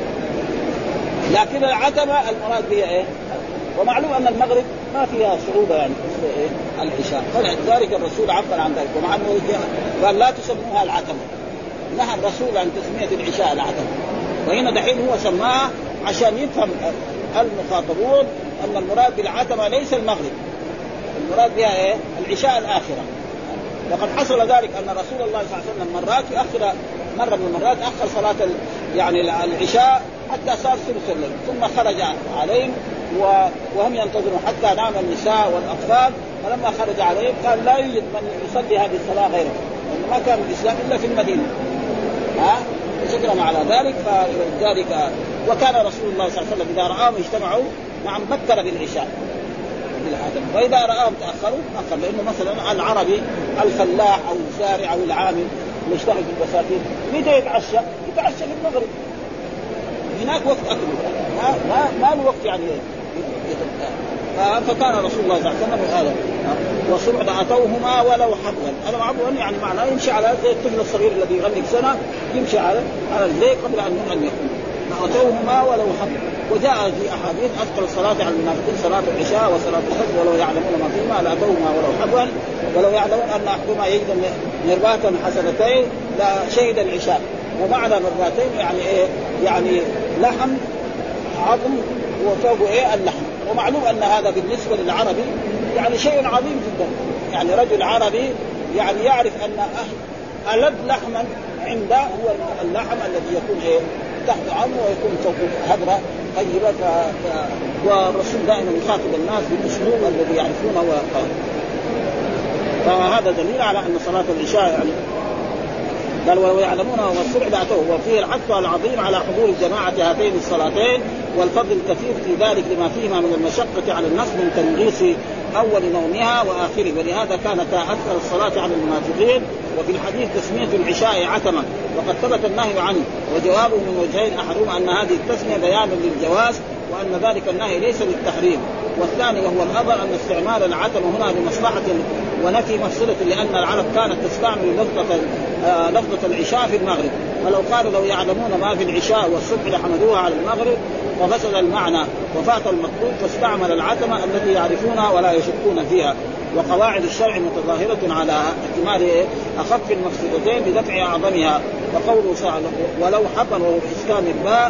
لكن العتمة المراد بها إيه؟ ومعلوم أن المغرب ما فيها صعوبة يعني إيه؟ العشاء فلذلك الرسول عبر عن ذلك ومع أنه قال لا تسموها العتمة نهى الرسول عن تسمية العشاء العتمة. وهنا دحين هو سماها عشان يفهم المخاطبون أن المراد بالعتمة ليس المغرب المراد بها إيه؟ العشاء الآخرة. وقد حصل ذلك أن رسول الله صلى الله عليه وسلم مرات يؤخر مرة من المرات أخر صلاة يعني العشاء حتى صار ثلث الليل ثم خرج عليهم وهم ينتظرون حتى نام النساء والأطفال فلما خرج عليهم قال لا يوجد من يصلي هذه الصلاة غيره لأن ما كان الإسلام إلا في المدينة ها شكرا على ذلك. فلذلك وكان رسول الله صلى الله عليه وسلم إذا رآهم اجتمعوا نعم بكر بالعشاء وإذا رآهم تأخروا أخر. لأنه مثلا العربي الفلاح أو الزارع أو العامل مشتغل في البساتين متى يتعشى؟ يتعشى في المغرب هناك وقت أكله ما ما ما له وقت يعني فكان رسول الله صلى الله عليه وسلم هذا وصبح أتوهما ولو حبوا. أنا حبوا يعني معناه يمشي على زي الطفل الصغير الذي يغلق سنة يمشي على على الزيت قبل أن أن يكون أتوهما ولو حبوا. وجاء في أحاديث أثقل الصلاة على المنافقين صلاة العشاء وصلاة الفجر ولو يعلمون ما فيهما لأتوهما ولو حبوا ولو يعلمون أن أحدهما يجد مرباتا حسنتين لا شهد العشاء. ومعنى مرباتين يعني إيه يعني لحم عظم وفوق إيه اللحم. ومعلوم أن هذا بالنسبة للعربي يعني شيء عظيم جدا يعني رجل عربي يعني يعرف أن ألد لحما عنده هو اللحم الذي يكون إيه تحت عظمه ويكون فوق هدرة طيبة. ف... ف... والرسول دائما يخاطب الناس بالأسلوب الذي يعرفونه و... فهذا دليل على أن صلاة العشاء يعني قال ولو يعلمون والصبح لأتوه. وفيه الحث العظيم على حضور الجماعة هاتين الصلاتين والفضل الكثير في ذلك لما فيهما من المشقة على النفس من تنغيص أول نومها وآخره. ولهذا كانت أكثر الصلاة على المنافقين. وفي الحديث تسمية العشاء عتمة وقد ثبت النهي عنه وجوابه من وجهين أحدهما أن هذه التسمية بيان للجواز وأن ذلك النهي ليس للتحريم. والثاني وهو الأظهر أن استعمال العتمة هنا لمصلحة ونفي مفصلة لأن العرب كانت تستعمل لفظة آه لفظة العشاء في المغرب. ولو قالوا لو يعلمون ما في العشاء والصبح لحملوها على المغرب ففسد المعنى وفات المطلوب فاستعمل العتمة التي يعرفونها ولا يشكون فيها. وقواعد الشرع متظاهرة على احتمال أخف المفسدتين بدفع أعظمها. وقوله ولو حبا وهو بإسكان الباء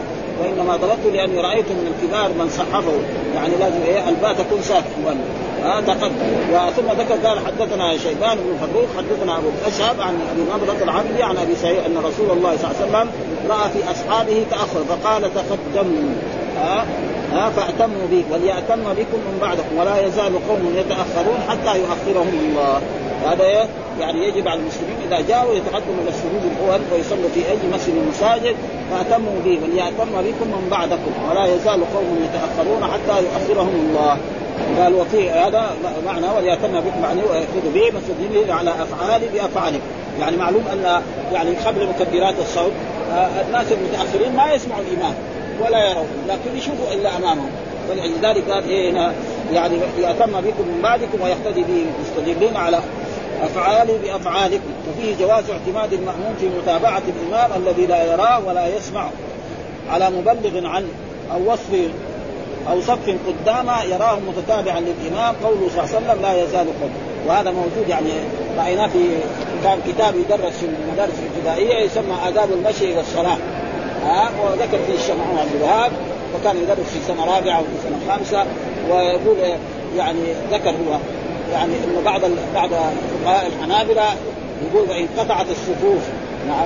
وإنما ضربته لأني رأيت من الكبار من صحفه، يعني لازم إيه الباء تكون ساكنة. ها تقدم. وثم ذكر قال حدثنا شيبان بن فروخ حدثنا أبو الأشهب عن أبي نضرة العبدي عن أبي سعيد أن رسول الله صلى الله عليه وسلم رأى في أصحابه تأخر فقال تقدموا ها ها فأتموا بي وليأتم بكم من بعدكم ولا يزال قوم يتأخرون حتى يؤخرهم الله. هذا يعني يجب على المسلمين إذا جاءوا يتقدموا إلى السجود الأول ويصلوا في أي مسجد مساجد فأتموا به وليأتم بكم من بعدكم ولا يزال قوم يتأخرون حتى يؤخرهم الله. قال وفي هذا معنى وليأتم بكم معنى ويأخذ به مسجدين على أفعال بأفعالهم. يعني معلوم أن يعني قبل مكبرات الصوت الناس المتأخرين ما يسمعوا الإمام ولا يرون لكن يشوفوا إلا أمامهم. فلذلك قال إيه يعني يأتم بكم من بعدكم ويقتدي به مستدلين على أفعاله بأفعالكم. وفيه جواز اعتماد المأموم في متابعة الإمام الذي لا يراه ولا يسمع على مبلغ عنه أو وصف أو صف قدامه يراه متتابعا للإمام. قوله صلى الله عليه وسلم لا يزال قوم، وهذا موجود يعني رأيناه في كان كتاب يدرس في المدارس الابتدائية يسمى آداب المشي والصلاة، ها وذكر فيه الشيخ محمد عبد الوهاب وكان يدرس في سنة رابعة وفي سنة خامسة. ويقول يعني ذكر هو يعني إنه بعض بعض فقهاء الحنابلة يقول إن قطعت الصفوف نعم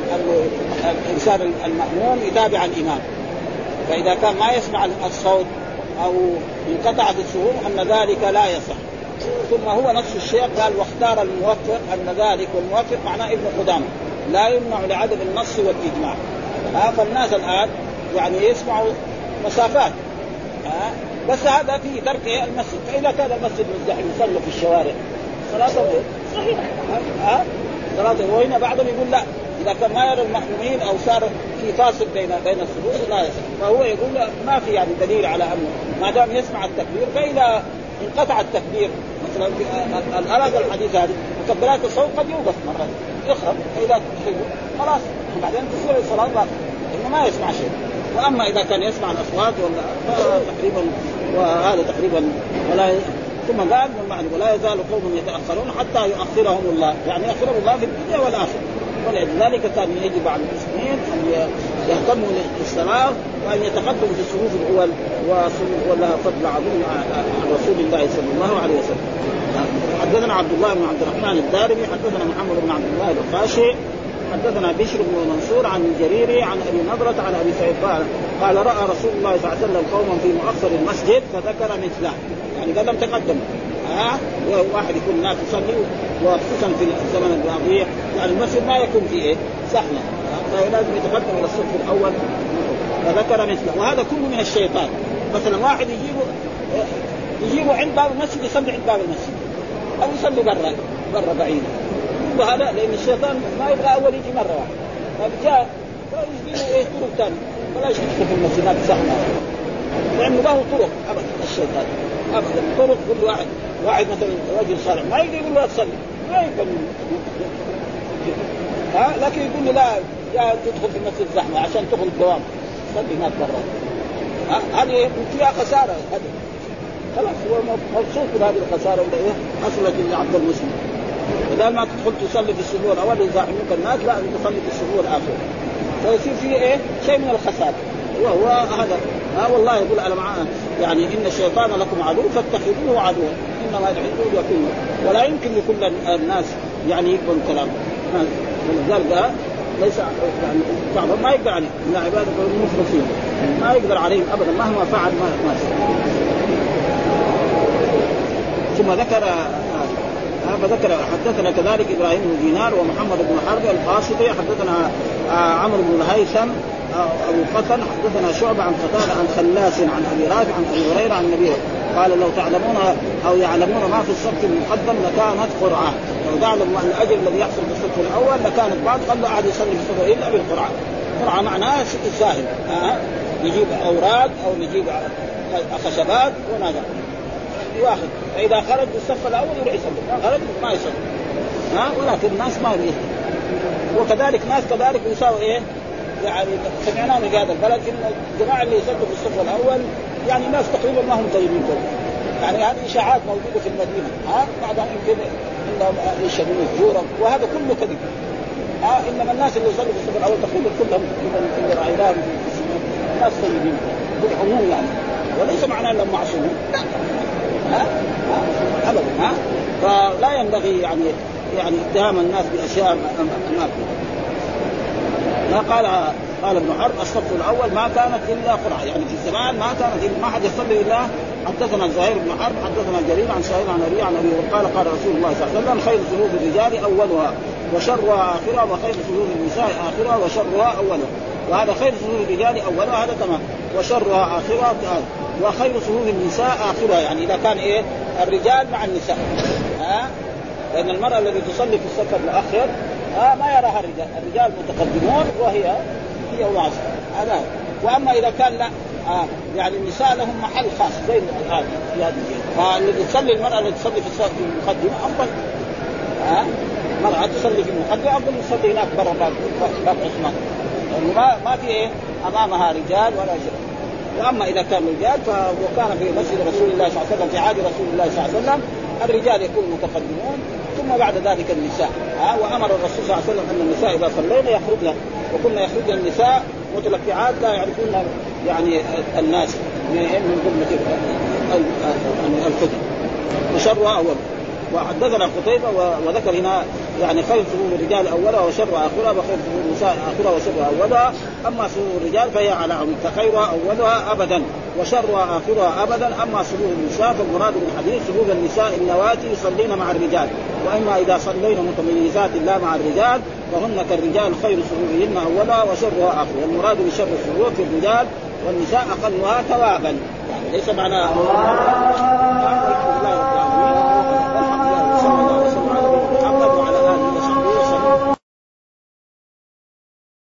الإنسان المأموم يتابع الإمام، فإذا كان ما يسمع الصوت أو انقطعت الصفوف أن ذلك لا يصح. ثم هو نفس الشيخ قال واختار الموفق أن ذلك والموفق معناه ابن قدامة لا يمنع لعدم النص والإجماع. ها فالناس الآن يعني يسمعوا مسافات ها بس هذا فيه ترك المسجد. فإذا كان المسجد مزدحم يصلوا في الشوارع صلاته صحيح ها صلاته. وهنا بعضهم يقول لا إذا كان ما يرى المأمومين أو صار في فاصل بين بين الصفوف لا يصح. فهو يقول ما في يعني دليل على أنه ما دام يسمع التكبير. فإذا انقطع التكبير مثلا الأراد الحديث هذه مكبرات الصوت قد يوقف مرة يخرب فإذا خلاص بعدين تصير الصلاة باطلة إنه ما يسمع شيء. وأما إذا كان يسمع الأصوات ولا تقريبا وهذا تقريبا ولا. ثم قال ولا يزال قوم يتأخرون حتى يؤخرهم الله، يعني يؤخرهم الله في الدنيا والآخرة. ولذلك كان يجب على المسلمين أن يهتموا للصلاة وأن يتقدموا في الصفوف الأول ولها فضل عظيم عن رسول الله صلى الله عليه وسلم. حدثنا عبد الله بن عبد الرحمن الدارمي حدثنا محمد بن عبد الله القاشي حدثنا بشر بن منصور عن الجريري عن أبي نضرة عن أبي سعيد قال قال رأى رسول الله صلى الله عليه وسلم قوما في مؤخر المسجد فذكر مثله، يعني قال لم تقدم ها واحد يكون الناس يصلي وخصوصا في الزمن الماضي يعني المسجد ما يكون فيه ايه زحمه فلازم يتقدم الى الصف الاول فذكر مثله. وهذا كله من الشيطان. مثلا واحد يجيبه يجيبه عند باب المسجد يصلي عند باب المسجد او يصلي برا برا بعيد. وهذا لان الشيطان ما يبغى اول يجي مره واحده فجاء فيجيبه ايه طرق ثانيه فلا يشوف في المسجدات زحمه لانه له طرق ابدا الشيطان ابدا طرق. كل واحد واحد مثلا رجل صالح ما يقدر يقول له تصلي ما يقدر ها لكن يقول له لا يا تدخل في المسجد زحمه عشان تدخل الدوام صلي هناك برا. هذه فيها خساره هذه خلاص هو مبسوط بهذه الخساره ولا ايه حصلت للعبد المسلم. بدل ما تدخل تصلي في الصفوف الاول يزاحموك الناس لا تصلي في الصفوف الاخيره فيصير فيه ايه شيء من الخساره. وهو هذا ها والله يقول على معاه يعني إن الشيطان لكم عدو فاتخذوه عدوا إنما يدعو يكون ولا يمكن لكل الناس يعني يقبل كلامه. ولذلك ليس يعني بعضهم ما يقدر عليه من عباده المخلصين ما يقدر عليهم أبدا مهما فعل ما ما ثم ذكر فذكر حدثنا كذلك إبراهيم بن دينار ومحمد بن حرب القاسطي حدثنا عمرو بن الهيثم أبو قتل حدثنا شعبة عن قتادة عن خلاس عن أبي رافع عن أبي هريرة عن النبي قال لو تعلمون أو يعلمون ما في الصف المقدم لكانت قرعة. لو تعلموا أن الأجر الذي يحصل في الصف الأول لكانت بعض قال له أحد يصلي في الصف إلا بالقرعة. قرعة معناها الساهل آه. يجيب أوراد أو يجيب خشبات ونجا واحد فإذا خرج الصف الأول يروح يصلي خرج ما يصلي ها ولكن الناس ما يريد. وكذلك ناس كذلك يساوي إيه يعني سمعنا من هذا البلد إن الجماعة اللي يصلوا في الصف الأول يعني الناس تقريبا ما هم طيبين كلهم. يعني هذه إشاعات موجودة في المدينة ها بعضهم يمكن إنهم يشهدون جورا وهذا كله كذب ها إنما الناس اللي يصلوا في الصف الأول تقريبا كلهم كل رأيناهم الناس طيبين بالعموم يعني، وليس معناه انهم معصومين لا ها ها ابدا ها. فلا ينبغي يعني يعني اتهام الناس باشياء ما ما قال قال ابن حرب الصف الاول ما كانت الا قرعه، يعني في الزمان ما كانت إلا ما حد يصلي الا. حدثنا زهير بن حرب حدثنا جرير عن سعيد عن ابي عن ابي وقال قال رسول الله صلى الله عليه وسلم خير صفوف الرجال اولها وشرها اخرها وخير صفوف النساء اخرها وشرها اولها. وهذا خير صفوف الرجال اولها هذا تمام، وشرها اخرها وخير صفوف النساء اخرها، يعني اذا كان ايه الرجال مع النساء ها، لان المراه التي تصلي في الصف الاخر ها ما يراها الرجال، الرجال متقدمون وهي هي واسطه هذا. واما اذا كان لا آه يعني النساء لهم محل خاص زي الان في هذه الجهه، فالذي تصلي المراه التي تصلي في الصف المقدمه افضل ها، مرأة تصلي في المقدمه افضل من تصلي هناك برا باب باب عثمان، يعني ما ما في ايه امامها رجال ولا شيء. واما اذا كان رجال وكان في مسجد رسول الله صلى الله عليه وسلم في عهد رسول الله صلى الله عليه وسلم الرجال يكونوا متقدمون ثم بعد ذلك النساء ها. وامر الرسول صلى الله عليه وسلم ان النساء اذا صلينا يخرجن، وكنا يخرجن النساء متلفعات لا يعرفون يعني الناس من ظلمة الفتن. وشرها أول. وحدثنا قتيبة وذكر هنا يعني خير صفوف الرجال أولها وشر آخرها وخير صفوف النساء آخرها وشر أولها. أما صفوف الرجال فهي على عمود فخيرها أولها أبدا وشرها آخرها أبدا. أما صفوف النساء فالمراد بالحديث صفوف النساء اللواتي يصلين مع الرجال، وإما إذا صلين متميزات لا مع الرجال فهن كالرجال خير صفوفهن أولها وشرها آخرها. والمراد بشر الصفوف في الرجال والنساء أقلها ثوابا، يعني ليس معناه